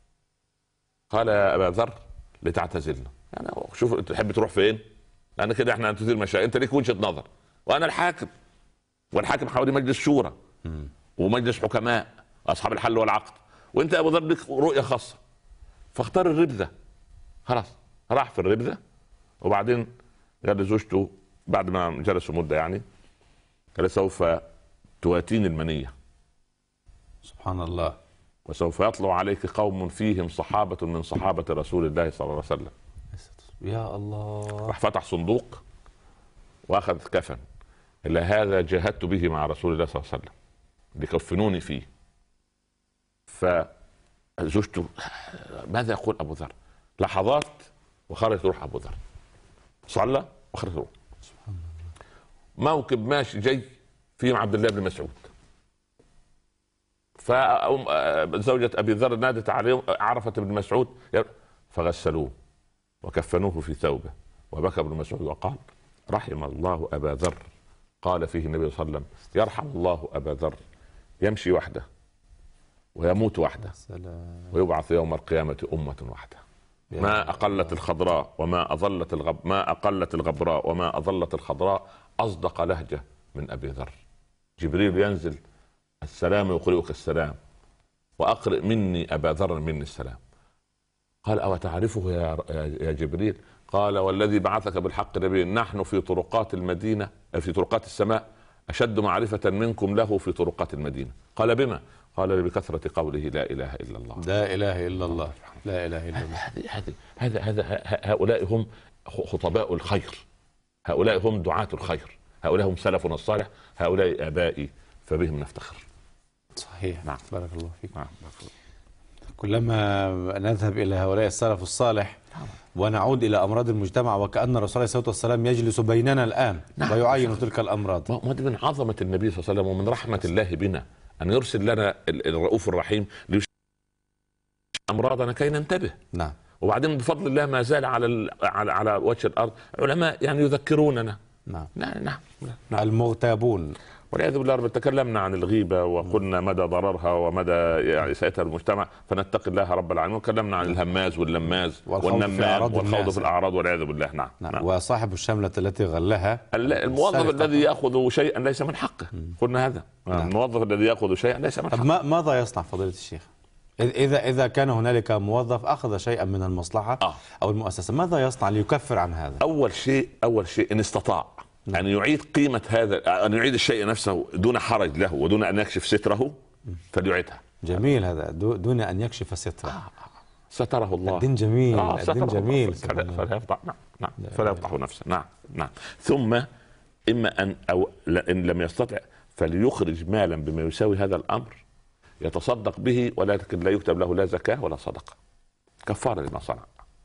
قال يا ابا ذر لتعتزلنا، يعني شوف انت تحب تروح فين؟ لان كده احنا هنتثير مشاكل، انت ليك وجهه نظر وانا الحاكم، والحاكم حوالي مجلس شورى ومجلس حكماء اصحاب الحل والعقد، وانت ابو ذر لك رؤيه خاصه، فاختار الربذه خلاص راح في الربذه. وبعدين قال لزوجته بعد ما جلسوا مده يعني، قال سوف تواتين المنيه،
سبحان الله،
وسوف يطلع عليك قوم فيهم صحابه من صحابه رسول الله صلى الله عليه وسلم.
يا الله.
راح فتح صندوق واخذ كفن، الا هذا جاهدت به مع رسول الله صلى الله عليه وسلم ليكفنوني فيه. فزوجته ماذا يقول ابو ذر؟ لحظات وخرجت روح ابو ذر، صلى وخرجت روح. موكب ماشي جاي فيهم عبد الله بن مسعود، فزوجة ابي ذر نادت عليهم عرفت ابن مسعود فغسلوه وكفنوه في ثوبه، وبكى ابن مسعود وقال رحم الله ابا ذر. قال فيه النبي صلى الله عليه وسلم يرحم الله ابا ذر، يمشي وحده ويموت وحده ويبعث يوم القيامة أمة واحدة، ما أقلت الخضراء وما أظلت الغب ما أقلت الغبراء وما أظلت الخضراء أصدق لهجة من أبي ذر. جبريل ينزل السلام يقرئك السلام وأقرئ مني أبا ذر مني السلام. قال أو تعرفه يا يا جبريل؟ قال والذي بعثك بالحق نبي، نحن في طرقات المدينة في طرقات السماء أشد معرفة منكم له في طرقات المدينة. قال بما؟ قال بكثرة قوله لا إله إلا الله.
لا إله إلا الله، لا إله إلا الله.
هذا هذا هذا هؤلاء هم خطباء الخير، هؤلاء هم دعاة الخير، هؤلاء هم سلفنا الصالح، هؤلاء آبائي فبهم نفتخر.
صحيح.
نعم.
بارك الله فيك.
نعم.
كلما نذهب إلى هؤلاء السلف الصالح ونعود إلى أمراض المجتمع وكأن الرسول عليه الصلاة والسلام يجلس بيننا الآن
نعم.
ويعين تلك الأمراض.
ما من عظمة النبي صلى الله عليه وسلم ومن رحمة الله بنا أن يرسل لنا الرؤوف الرحيم ليشفي أمراضنا كي ننتبه.
نعم.
وبعدين بفضل الله ما زال على على على وجه الأرض علماء يعني يذكروننا.
نعم.
نعم. نعم.
نعم. المغتابون
والعياذ بالله رب. تكلمنا عن الغيبة وقلنا مدى ضررها ومدى يعني إساءتها للمجتمع، فنتقي الله رب العالمين. وتكلمنا عن الهماز واللماز والنمام والخوض في الأعراض والعياذ بالله. نعم.
نعم. نعم. وصاحب الشملة التي غلها
الموظف الذي يأخذ شيئا ليس من حقه. قلنا هذا. نعم. الموظف الذي يأخذ شيئا ليس من حقه.
ما ماذا يصنع فضيلة الشيخ إذا إذا كان هنالك موظف أخذ شيئا من المصلحة آه. أو المؤسسة؟ ماذا يصنع ليكفر عن هذا؟
أول شيء أول شيء إن استطاع أن يعيد قيمة هذا، أن يعيد الشيء نفسه دون حرج له ودون أن يكشف ستره فليعيدها.
جميل هذا، دون أن يكشف ستره. آه.
ستره الله.
الدين جميل. آه. الدين جميل.
فلا يفضح. نعم. نعم. فلا يفضح نفسه. نعم. نعم. ثم إما أن أو إن لم يستطع فليخرج مالا بما يساوي هذا الأمر يتصدق به، ولكن لا يكتب له لا زكاة ولا صدقة، كفارة لما صنع.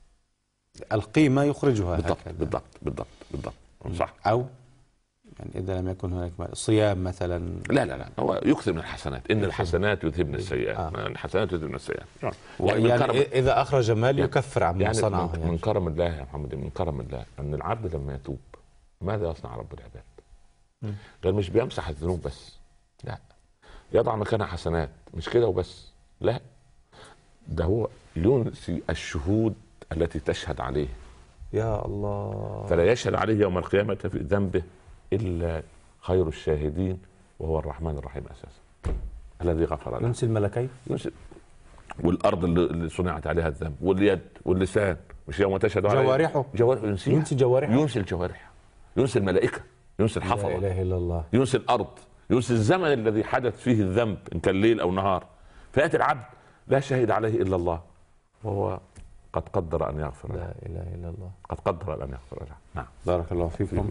القيمة يخرجها.
بالضبط. بالضبط. بالضبط. بالضبط. صح.
أو يعني إذا لم يكن هناك صيام مثلا.
لا لا لا هو يكثر من الحسنات، إن الحسنات يذهبن السيئات. آه. الحسنات يذهبن السيئات.
يعني, يعني إذا أخرج مال يكفر عما
يعني
صنعه.
من, يعني. من كرم الله يا محمد، من كرم الله أن العبد لما يتوب ماذا يصنع رب العباد؟ قال مش بيمسح الذنوب بس، لا، يضع مكانها حسنات. مش كده وبس، لا، ده هو ينسي الشهود التي تشهد عليه. يا الله. فلا يشهد عليه يوم القيامة في ذنبه إلا خير الشاهدين وهو الرحمن الرحيم أساسا الذي غفر له.
ينسي الملكين،
ينسي والأرض اللي صنعت عليها الذنب واليد واللسان، مش يوم تشهد عليه
جوارحه.
جوارحه ينسي
ينسي جوارحه.
ينسي الجوارح، ينسي الملائكة، ينسي الحفظة،
لا إله إلا الله،
ينسي الأرض، ينسي الزمن الذي حدث فيه الذنب إن كان ليل أو نهار. فيأتي العبد لا شهد عليه إلا الله وهو قد قدر أن يغفر له.
لا إله إلا الله.
قد قدر أن يغفر له. نعم.
بارك الله فيكم.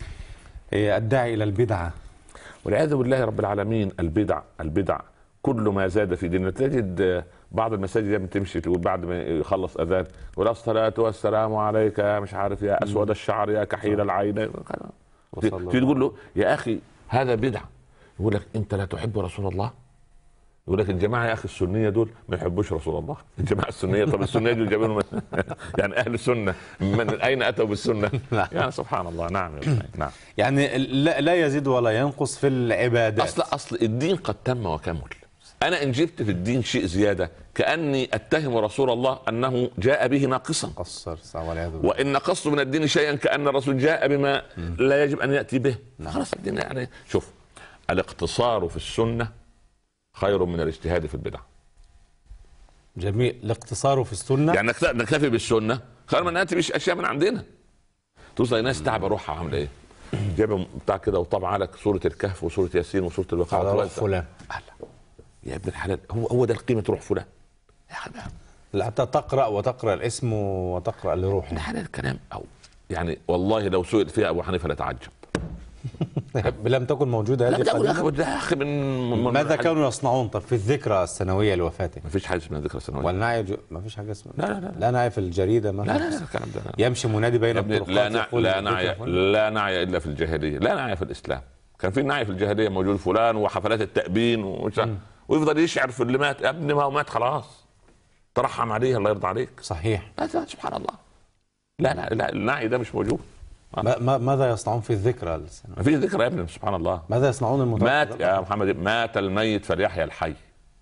الداعي إلى البدعة
والعياذ بالله رب العالمين. البدع البدع كل ما زاد في ديننا. تجد بعض المساجد بتمشي تقول بعد ما يخلص أذان ولا الصلاة والسلام عليك يا مش عارف يا أسود الشعر يا كحيل العين. تقول له يا أخي هذا بدعة، يقول لك أنت لا تحب رسول الله. يقول لك الجماعه يا اخي السنيه دول ما يحبوش رسول الله. الجماعه السنيه، طب السنيه دول جايبينهم يعني اهل السنه من اين اتوا بالسنه؟ يعني سبحان الله. نعم نعم.
يعني لا, لا يزيد ولا ينقص في العبادات.
اصل اصل الدين قد تم وكمل. انا ان جبت في الدين شيء زياده كاني اتهم رسول الله انه جاء به ناقصا.
قصر والعياذ بالله.
وان نقصت من الدين شيئا كان الرسول جاء بما لا يجب ان ياتي به. خلاص الدين يعني شوف، الاقتصار في السنه خير من الاجتهاد في البدع.
جميل. الاقتصار في السنة
يعني نكتفي بالسنة خير من ناتي مش اشياء من عندنا. توصل ناس تعب روحها عامله ايه؟ جايبه بتاع كده وطبعا لك سوره الكهف وسوره ياسين وسوره الواقعه
روح فلان.
يا ابن الحلال، هو هو ده القيمه روح فلان يا حبيبي.
لا حتى تقرا وتقرا الاسم وتقرا لروح.
ده حلال الكلام. او يعني والله لو سئل فيها ابو حنيفه لتعجب.
لم تكن موجوده هذه
القضيه. يا اخي من
ماذا كانوا يصنعون طب في الذكرى السنويه لوفاته؟
ما فيش حاجه اسمها ذكرى سنويه.
والنعي ج... ما فيش حاجه اسمها.
لا لا لا
لا نعي في الجريده ما.
لا لا لا الكلام ده.
يمشي منادي بين الطرقات.
لا نع... لا نعي لا نعي الا في الجاهليه، لا نعي في الاسلام. كان في نعي في الجاهليه موجود فلان وحفلات التأبين و... ويفضل يشعر في اللي مات. يا ابني ما هو مات خلاص، ترحم عليه الله يرضى عليك.
صحيح.
سبحان الله. لا لا لا النعي ده مش موجود.
ما ماذا يصنعون في الذكرى؟
ما فيش ذكرى يا ابني سبحان الله.
ماذا يصنعون المتوفى؟
مات يا محمد، مات الميت فليحيى الحي.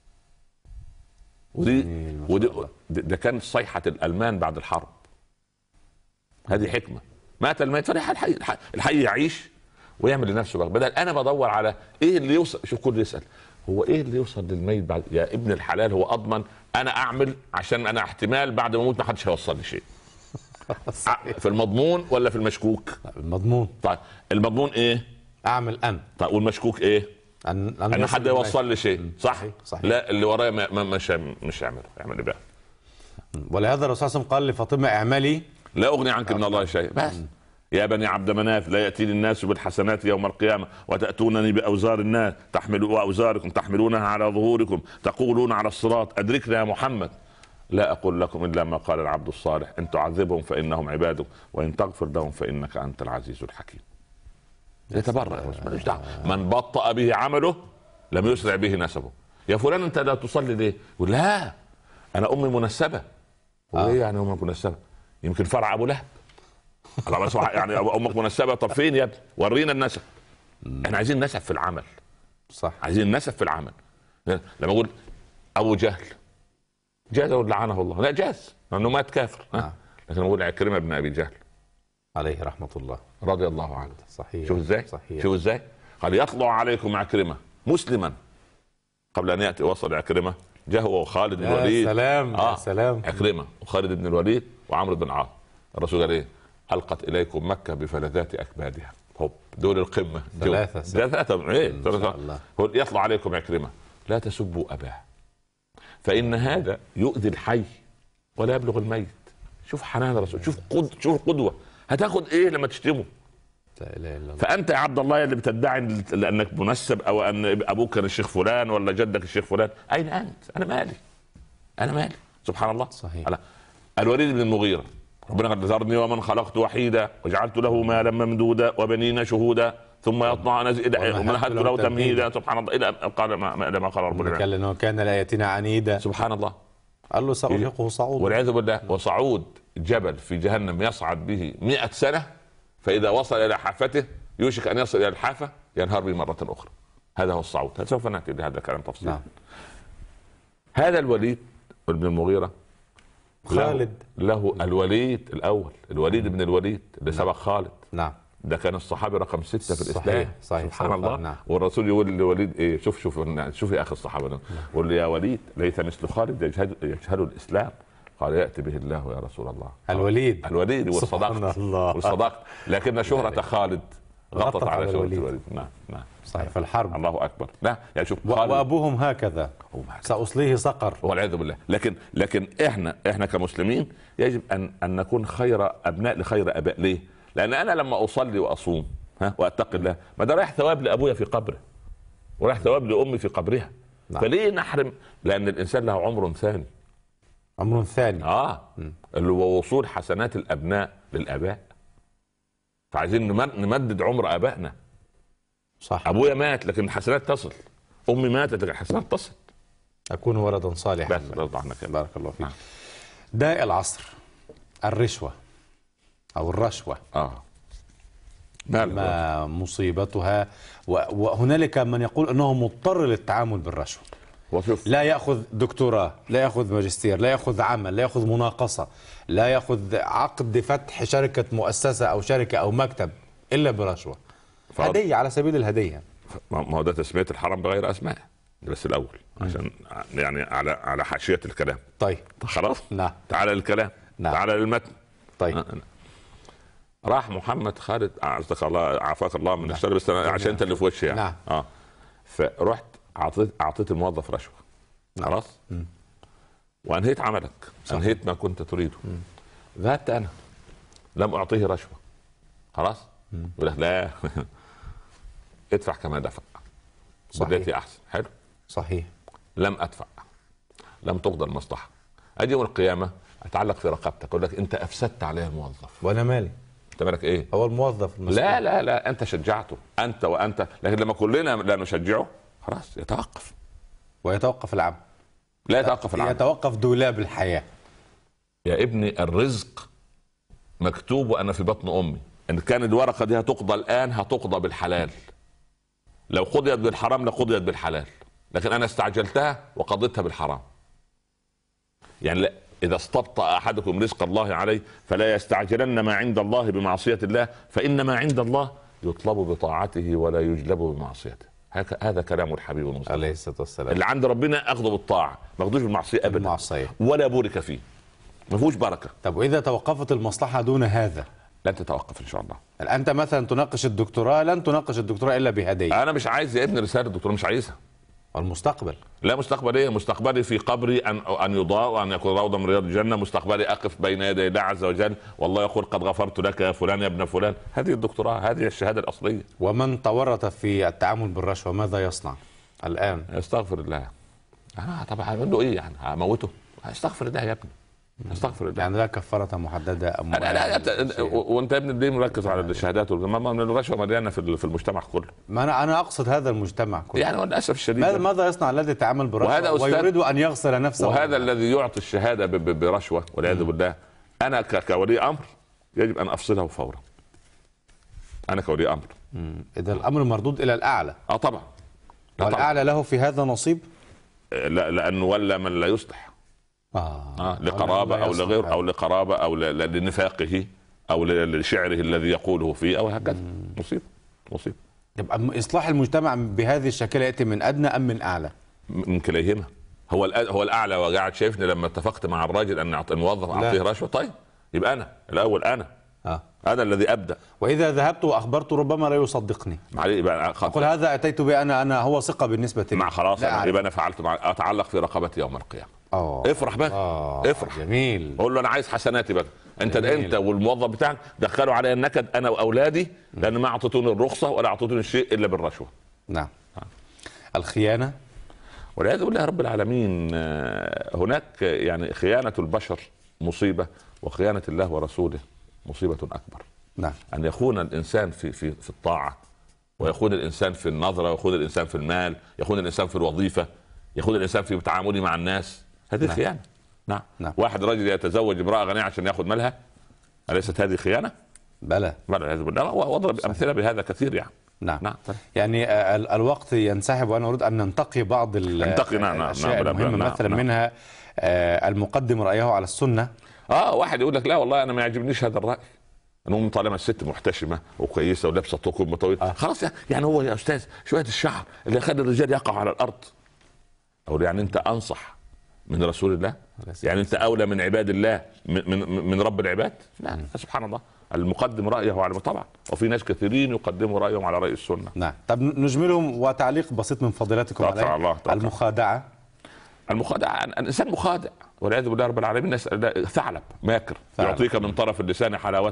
ودي ودي ده كان صيحة الألمان بعد الحرب. هذه حكمة. مات الميت فليحيى الحي. الحي يعيش ويعمل لنفسه بقى. بدل انا بدور على ايه اللي يوصل. شوف كل يسأل هو ايه اللي يوصل للميت بعد. يا ابن الحلال هو اضمن انا اعمل عشان انا احتمال بعد ما اموت ما حدش هيوصل لي شيء. في المضمون ولا في المشكوك؟
المضمون.
طيب المضمون ايه؟
اعمل انا.
طيب والمشكوك ايه؟ ان ان حد يوصل لي شيء. صح؟ صحيح. صحيح. لا اللي ورايا ما مش مش هيعمل يعمل ايه بقى؟
ولهذا الرسول صلى الله عليه وسلم قال لفاطمه اعملي
لا اغني عنك من الله شيء. بس يا بني عبد مناف لا ياتيني الناس بالحسنات يوم القيامه وتاتونني باوزار الناس تحملوا اوزاركم تحملونها على ظهوركم تقولون على الصراط ادركنا يا محمد. لا اقول لكم الا ما قال العبد الصالح ان تعذبهم فانهم عبادك وان تغفر لهم فانك انت العزيز الحكيم. يتبرأ مالوش دعوه. من بطأ به عمله لم يسرع به نسبه. يا فلان انت لا تصلي ليه؟ يقول لا انا امي منسبه. وليه يعني امك منسبه؟ يمكن فرع ابو لهب. يعني امك منسبه. طب فين يا ابني؟ ورينا النسب. احنا عايزين نسب في العمل.
صح.
عايزين نسب في العمل. لما اقول ابو جهل جاز لعنه الله، لا جاز لانه مات كافر. آه. لكن اقول عكرمه بن ابي جهل
عليه رحمه الله
رضي الله عنه.
صحيح.
شوف ازاي؟ صحيح. شوف ازاي؟ قال يطلع عليكم عكرمه مسلما قبل ان ياتي وصل عكرمه جاء هو وخالد بن الوليد.
يا سلام.
آه.
يا سلام.
عكرمه وخالد بن الوليد وعمرو بن العاص. الرسول قال ايه؟ القت اليكم مكه بفلذات اكبادها. هوب دول القمه.
ثلاثه
ثلاثه ايه؟
ثلاثه.
يطلع عليكم عكرمه لا تسبوا اباه فان هذا يؤذي الحي ولا يبلغ الميت. شوف حنان الرسول. شوف قد شوف قدوه. هتاخد ايه لما تشتمه؟ لا اله الا الله. فانت يا عبد الله اللي بتدعي لانك منسب او ان ابوك كان الشيخ فلان ولا جدك الشيخ فلان، اين انت؟ انا مالي انا مالي. سبحان الله.
صحيح.
على الوليد بن المغيرة ربنا قد ذرني ومن خلقت وحيدا وجعلت له مالا ممدودا وبنين شهودا ثم يطمع ان ازيد ومهدت له تمهيدا. سبحان الله. الى قال ما ما قال رب
العالمين كان لاياتنا عنيدا.
سبحان الله.
قال له سأرهقه صعود
والعياذ بالله. وصعود جبل في جهنم يصعد به مئة سنة فإذا وصل إلى حافته يوشك أن يصل إلى الحافة ينهار به مرة أخرى. هذا هو الصعود. سوف نأتي لهذا الكلام تفصيلا. نعم. هذا الوليد بن المغيرة
خالد
له, له الوليد الأول الوليد بن الوليد اللي سبق خالد.
نعم.
ده كان الصحابي رقم ستة في الإسلام.
صحيح. صحيح.
سبحان الله.
نعم.
والرسول يقول لوليد إيه؟ شوف شوف شوف يا أخي الصحابة نعم. يقول لي يا وليد ليس مثل خالد يجهل, يجهل الإسلام. قال يأتي به الله يا رسول الله.
الوليد
الوليد والصداقة والصداقة. لكن شهرة خالد غطت على شهرة الوليد. الوليد. نعم نعم.
صحيح. في الحرب.
الله أكبر. لا يعني شوف
وأبوهم هكذا سأصليه سقر
والعياذ بالله. لكن لكن احنا احنا كمسلمين يجب ان ان نكون خير ابناء لخير اباء. ليه؟ لان انا لما اصلي واصوم ها واتقي الله ما ده رايح ثواب لابويا في قبره ورايح ثواب لامي في قبرها. نعم. فليه نحرم؟ لان الانسان له عمر ثاني.
عمر ثاني.
اه م. اللي هو وصول حسنات الابناء للاباء. فعايزين نمدد عمر ابائنا.
صح.
ابويا مات لكن الحسنات تصل. امي ماتت لكن الحسنات تصل.
اكون ولدا صالحا.
بس رضى عنك.
بارك الله فيك. نعم. داء العصر الرشوه او الرشوه.
اه
ما مصيبتها. وهنالك من يقول انه مضطر للتعامل بالرشوه.
وشوف.
لا ياخذ دكتوراه، لا ياخذ ماجستير، لا ياخذ عمل، لا ياخذ مناقصه، لا ياخذ عقد فتح شركه مؤسسه او شركه او مكتب الا برشوه. ف... هديه على سبيل الهديه.
ما هو ده تسميه الحرام بغير اسماء. بس الاول عشان يعني على على حاشيه الكلام.
طيب
خلاص.
نعم.
تعال للكلام.
نعم.
تعال للمتن.
طيب
راح محمد خالد اعزك الله عافاك الله من الشر، بس أنا عشان انت اللي في وشي يعني.
نعم.
اه فرحت اعطيت اعطيت الموظف رشوه. خلاص. وانهيت عملك. صح. انهيت ما كنت تريده. ذهبت انا لم اعطيه رشوه. خلاص. يقول لك لا ادفع كما دفع. بديتي احسن. حلو.
صحيح.
لم ادفع، لم تقضى المصلحه. اجي يوم القيامه اتعلق في رقبتك اقول لك انت افسدت عليه الموظف.
وانا مالي؟
انت مالك ايه؟
هو الموظف المسؤول.
لا لا لا انت شجعته انت وانت، لكن لما كلنا لا نشجعه خلاص يتوقف.
ويتوقف العمل.
لا يتوقف العمل،
يتوقف دولاب الحياه.
يا ابني الرزق مكتوب وانا في بطن امي، ان كان الورقه دي هتقضى الان هتقضى بالحلال، لو قضيت بالحرام لقضيت بالحلال، لكن انا استعجلتها وقضيتها بالحرام. يعني لا، اذا استبطأ احدكم رزق الله عليه فلا يستعجلن ما عند الله بمعصيه الله، فان ما عند الله يطلب بطاعته ولا يجلب بمعصيته. هذا كلام الحبيب المصطفى
عليه الصلاه والسلام.
اللي عند ربنا اخذه بالطاعه، ما اخذوش بالمعصيه ابدا.
المعصيه
ولا بورك فيه، ما فيهوش بركه.
طب واذا توقفت المصلحه دون هذا؟
لن تتوقف ان شاء الله.
انت مثلا تناقش الدكتوراه، لن تناقش الدكتوراه الا بهديه.
انا مش عايز يا ابني رساله الدكتوراه، مش عايزها.
المستقبل
لا مستقبل ايه؟ مستقبلي في قبري ان ان يضاء وان يكون روضه من رياض الجنه، مستقبلي اقف بين يدي الله عز وجل والله يقول قد غفرت لك يا فلان يا ابن فلان. هذه الدكتوراه، هذه الشهاده الاصليه.
ومن تورط في التعامل بالرشوه ماذا يصنع الان؟
استغفر الله. انا طبعا اقول له ايه يعني؟ هموته؟ استغفر الله يا ابني، استغفر الله.
يعني لا كفاره محدده أم
لا لا لا وانت يا ابني ليه مركز على الشهادات والجماعه؟ الرشوه مليانه في في المجتمع كله.
ما انا انا اقصد هذا المجتمع كله.
يعني للاسف الشديد
ماذا ماذا يصنع الذي يتعامل برشوه ويريد ان يغسل نفسه؟
وهذا الذي يعطي الشهاده برشوه والعياذ بالله. انا كولي امر يجب ان افصله فورا. انا كولي امر.
اذا الامر مردود الى الاعلى.
اه طبعا.
والاعلى له في هذا نصيب؟
لا، لانه ولا من لا يصلح.
آه.
آه لقرابه او لغير او لقرابه او لنفاقه او لشعره الذي يقوله فيه او هكذا. مصيبه مصيبه.
يبقى اصلاح المجتمع بهذه الشكل ياتي من ادنى ام من اعلى؟
من كليهما. هو هو الاعلى وقاعد شايفني لما اتفقت مع الراجل ان الموظف اعطيه رشوه. طيب يبقى انا الاول، انا
آه.
انا الذي ابدا.
واذا ذهبت واخبرته ربما لا يصدقني.
يبقى
اقول هذا اتيت به انا انا هو ثقه بالنسبه لي.
مع خلاص يبقى انا فعلت مع اتعلق في رقبتي يوم القيامه.
أوه.
افرح بقى.
أوه.
افرح.
جميل.
قول له انا عايز حسناتي بقى. انت
جميل.
انت والموظف بتاعك دخلوا علي النكد انا واولادي لان ما اعطيتوني الرخصه ولا اعطيتوني الشيء الا بالرشوه.
نعم. الخيانه
والعياذ بالله رب العالمين. هناك يعني خيانه البشر مصيبه، وخيانه الله ورسوله مصيبه اكبر.
نعم.
ان يخون الانسان في في في الطاعه، ويخون الانسان في النظره، ويخون الانسان في المال، يخون الانسان في الوظيفه، يخون الانسان في تعامله مع الناس. هذه نعم. خيانه. نعم. نعم. واحد رجل يتزوج امراه غنيه عشان ياخذ مالها، اليست هذه خيانه؟
بلى
بلى والعياذ بالله. واضرب امثله بهذا كثير يعني.
نعم. نعم. يعني ال الوقت ينسحب وانا اريد ان ننتقي بعض
ننتقي نعم
الاشياء
نعم
المهمه.
نعم.
مثلا
نعم.
منها المقدم رايه على السنه.
اه واحد يقول لك لا والله انا ما يعجبنيش هذا الراي، انه طالما الست محتشمه وكويسه ولابسه طقم طويل آه. خلاص يعني هو يا استاذ شويه الشعر اللي يخلي الرجال يقع على الارض. او يعني انت انصح من رسول الله؟ يعني انت اولى من عباد الله من من, من رب العباد؟ لا سبحان الله. المقدم رايه على طبعا، وفي ناس كثيرين يقدموا رايهم على راي السنه.
نعم. طب نجملهم وتعليق بسيط من فضيلتكم عليه.
الله
المخادعه.
المخادعه الانسان مخادع والعياذ بالله رب العالمين. ثعلب ماكر يعطيك من طرف اللسان حلاوه.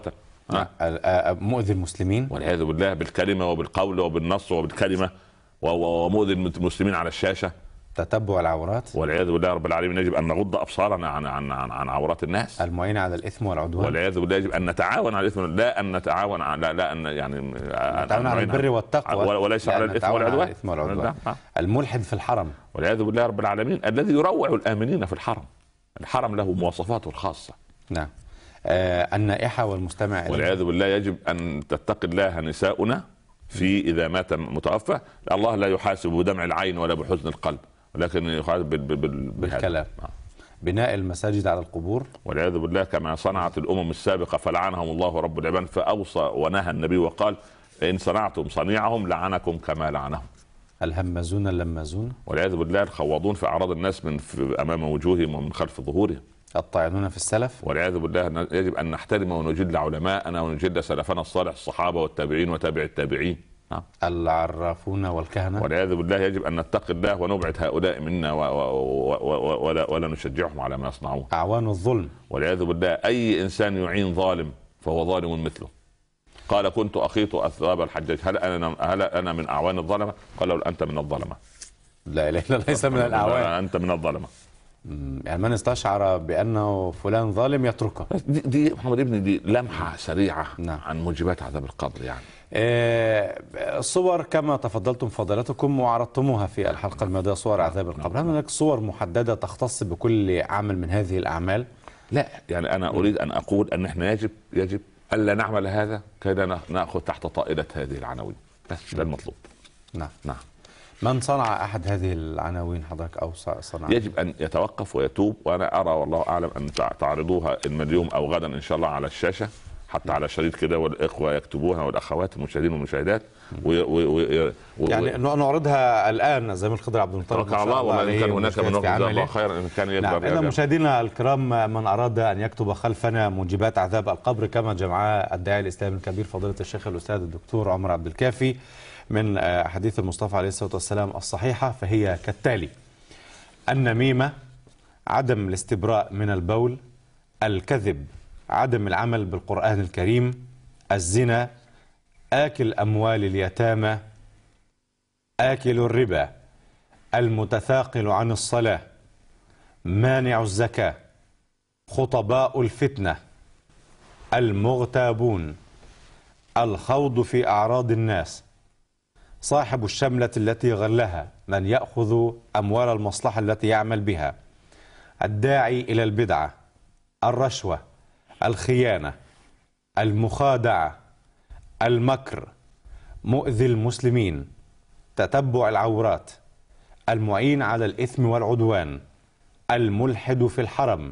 مؤذي المسلمين
والعياذ بالله بالكلمه وبالقول وبالنص وبالكلمه، ومؤذي المسلمين على الشاشه.
تتبع العورات
والعياذ بالله رب العالمين. يجب ان نغض ابصارنا عن عن عن, عن عورات الناس.
المعين على الاثم والعدوان.
والعياذ بالله يجب ان نتعاون على الاثم، لا ان نتعاون على لا ان يعني
نتعاون على البر والتقوى
وليس على الاثم والعدوان.
والعدوان. الملحد في الحرم
والعياذ بالله رب العالمين الذي يروع الامنين في الحرم. الحرم له مواصفاته الخاصه.
نعم. آه النائحه والمستمع.
والعياذ بالله يجب ان تتقي الله نساؤنا في اذا مات متوفى. الله لا يحاسب بدمع العين ولا بحزن القلب، ولكن يحاسب
بالكلام. بناء المساجد على القبور.
والعياذ بالله كما صنعت الامم السابقه فلعنهم الله رب العباد، فاوصى ونهى النبي وقال ان صنعتم صنيعهم لعنكم كما لعنهم.
الهمازون اللمازون.
والعياذ بالله الخواضون في اعراض الناس من في امام وجوههم ومن خلف ظهورهم.
الطاعنون في السلف.
والعياذ بالله يجب ان نحترم ونجل علماءنا ونجل سلفنا الصالح الصحابه والتابعين وتابع التابعين.
نعم. العرافون والكهنه.
والعياذ بالله يجب ان نتقي الله ونبعد هؤلاء منا و و و ولا, ولا نشجعهم على ما يصنعون.
اعوان الظلم.
والعياذ بالله اي انسان يعين ظالم فهو ظالم مثله. قال كنت اخيط اثواب الحجاج هل انا هل انا من اعوان الظلمه؟ قال له انت من الظلمه.
لا اله الا الله، ليس من الاعوان،
انت من الظلمه.
يعني من استشعر بانه فلان ظالم يتركه.
دي, دي محمد ابني دي لمحه سريعه
نعم.
عن موجبات عذاب القبر. يعني
آه صور كما تفضلتم فضيلتكم وعرضتموها في الحلقه الماضيه، صور عذاب القبر، هل هناك صور محدده تختص بكل عمل من هذه الاعمال؟
لا، يعني انا اريد ان اقول ان احنا يجب يجب الا نعمل هذا كي ناخذ تحت طائله هذه العناوين، بس ده المطلوب.
نعم
نعم.
من صنع احد هذه العناوين حضرتك او صنع؟
يجب ان يتوقف ويتوب، وانا ارى والله اعلم ان تعرضوها اليوم او غدا ان شاء الله على الشاشه، حتى على شريط كده والإخوة يكتبوها والاخوات المشاهدين والمشاهدات و و و و
يعني نعرضها الان زي ما الخضر عبد المطلب
توكل الله، وما كان هناك من جزاه الله خيرا ان كان يقدر.
نعم. إذا مشاهدينا الكرام، من اراد ان يكتب خلفنا موجبات عذاب القبر كما جمعها الداعي الاسلامي الكبير فضيله الشيخ الاستاذ الدكتور عمر عبد الكافي من احاديث المصطفى عليه الصلاه والسلام الصحيحه، فهي كالتالي: النميمه، عدم الاستبراء من البول، الكذب، عدم العمل بالقرآن الكريم، الزنا، آكل أموال اليتامى، آكل الربا، المتثاقل عن الصلاة، مانع الزكاة، خطباء الفتنة، المغتابون، الخوض في أعراض الناس، صاحب الشملة التي غلها، من يأخذ أموال المصلحة التي يعمل بها، الداعي إلى البدعة، الرشوة، الخيانة، المخادعة، المكر، مؤذي المسلمين، تتبع العورات، المعين على الإثم والعدوان، الملحد في الحرم،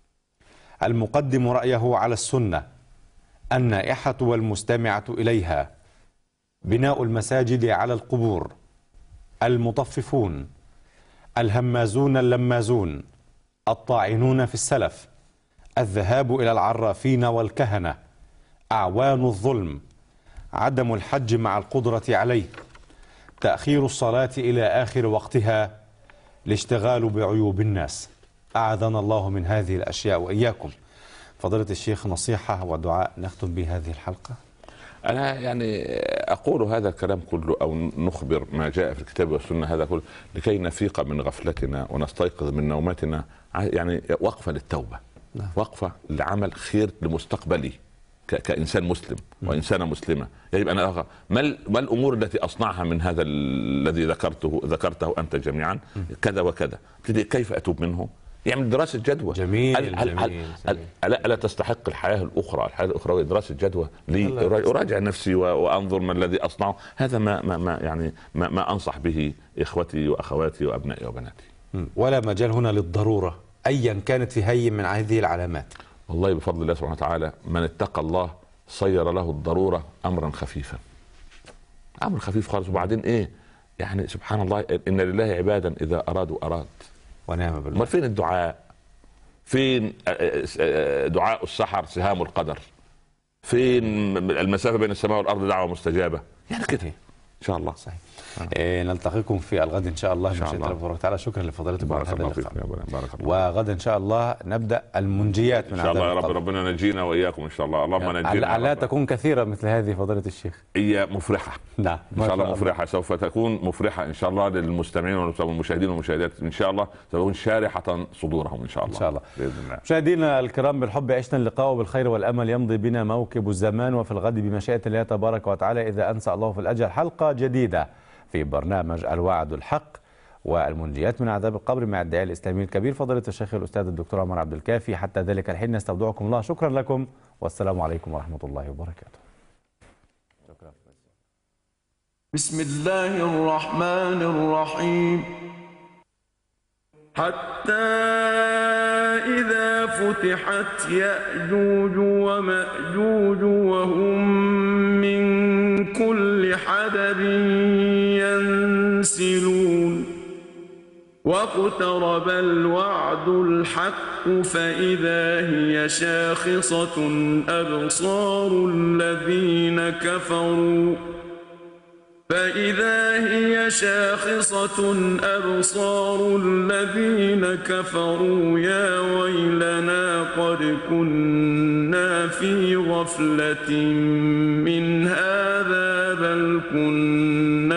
المقدم رأيه على السنة، النائحة والمستمعة إليها، بناء المساجد على القبور، المطففون، الهمازون اللمازون، الطاعنون في السلف، الذهاب إلى العرافين والكهنة، أعوان الظلم، عدم الحج مع القدرة عليه، تأخير الصلاة إلى آخر وقتها، الاشتغال بعيوب الناس. أعاذنا الله من هذه الأشياء وإياكم. فضيلة الشيخ، نصيحة ودعاء نختم به هذه الحلقة.
أنا يعني أقول هذا الكلام كله أو نخبر ما جاء في الكتاب والسنة هذا كله لكي نفيق من غفلتنا ونستيقظ من نومتنا، يعني وقفة للتوبة. نعم. وقفة لعمل خير لمستقبلي كإنسان مسلم وإنسانة مسلمة. يجب أن أغى ما, ما الأمور التي أصنعها من هذا الذي ذكرته ذكرته أنت جميعا كذا وكذا، كيف أتوب منه؟ يعمل دراسة جدوى.
جميل.
هل هل
جميل.
هل ألا, ألا تستحق الحياة الأخرى الحياة الأخرى دراسة جدوى لي أراجع نفسي وأنظر ما الذي أصنعه. هذا ما ما, ما يعني ما, ما أنصح به إخوتي وأخواتي وأبنائي وبناتي.
ولا مجال هنا للضرورة أيا كانت في هي من هذه العلامات.
والله بفضل الله سبحانه وتعالى من اتقى الله صير له الضرورة أمرا خفيفا، أمر خفيف خالص. وبعدين إيه يعني سبحان الله، إن لله عبادا إذا أرادوا أراد.
ونعم بالله.
ما فين الدعاء؟ فين دعاء السحر سهام القدر؟ فين المسافة بين السماء والأرض دعوة مستجابة؟ يعني كده إن شاء الله.
صحيح. آه. نلتقيكم في الغد ان شاء الله ان شاء الله تبارك وتعالى. شكرا لفضيلتكم على هذا اللقاء. وغدا ان شاء الله نبدا المنجيات من
ان شاء الله. يا رب ربنا نجينا واياكم ان شاء الله. اللهم نجينا.
لا تكون كثيره مثل هذه فضيله الشيخ.
هي مفرحه.
نعم
ان شاء الله مفرحه، سوف تكون مفرحه ان شاء الله للمستمعين والمشاهدين والمشاهدات ان شاء الله، تكون شارحه صدورهم ان شاء الله.
ان شاء الله
باذن الله.
مشاهدينا الكرام، بالحب عشنا اللقاء وبالخير والامل يمضي بنا موكب الزمان، وفي الغد بمشيئه الله تبارك وتعالى اذا انسى الله في الاجل حلقه جديده في برنامج الوعد الحق والمنجيات من عذاب القبر مع الداعي الإسلامي الكبير فضيلة الشيخ الأستاذ الدكتور عمر عبد الكافي. حتى ذلك الحين نستودعكم الله. شكرا لكم والسلام عليكم ورحمة الله وبركاته. شكرا.
بسم الله الرحمن الرحيم. حتى إذا فتحت يأجوج ومأجوج وهم من كل حدب ينسلون واقترب الوعد الحق فإذا هي شاخصة أبصار الذين كفروا فإذا هي شاخصة أبصار الذين كفروا يا ويلنا قد كنا في غفلة من هذا بل كنا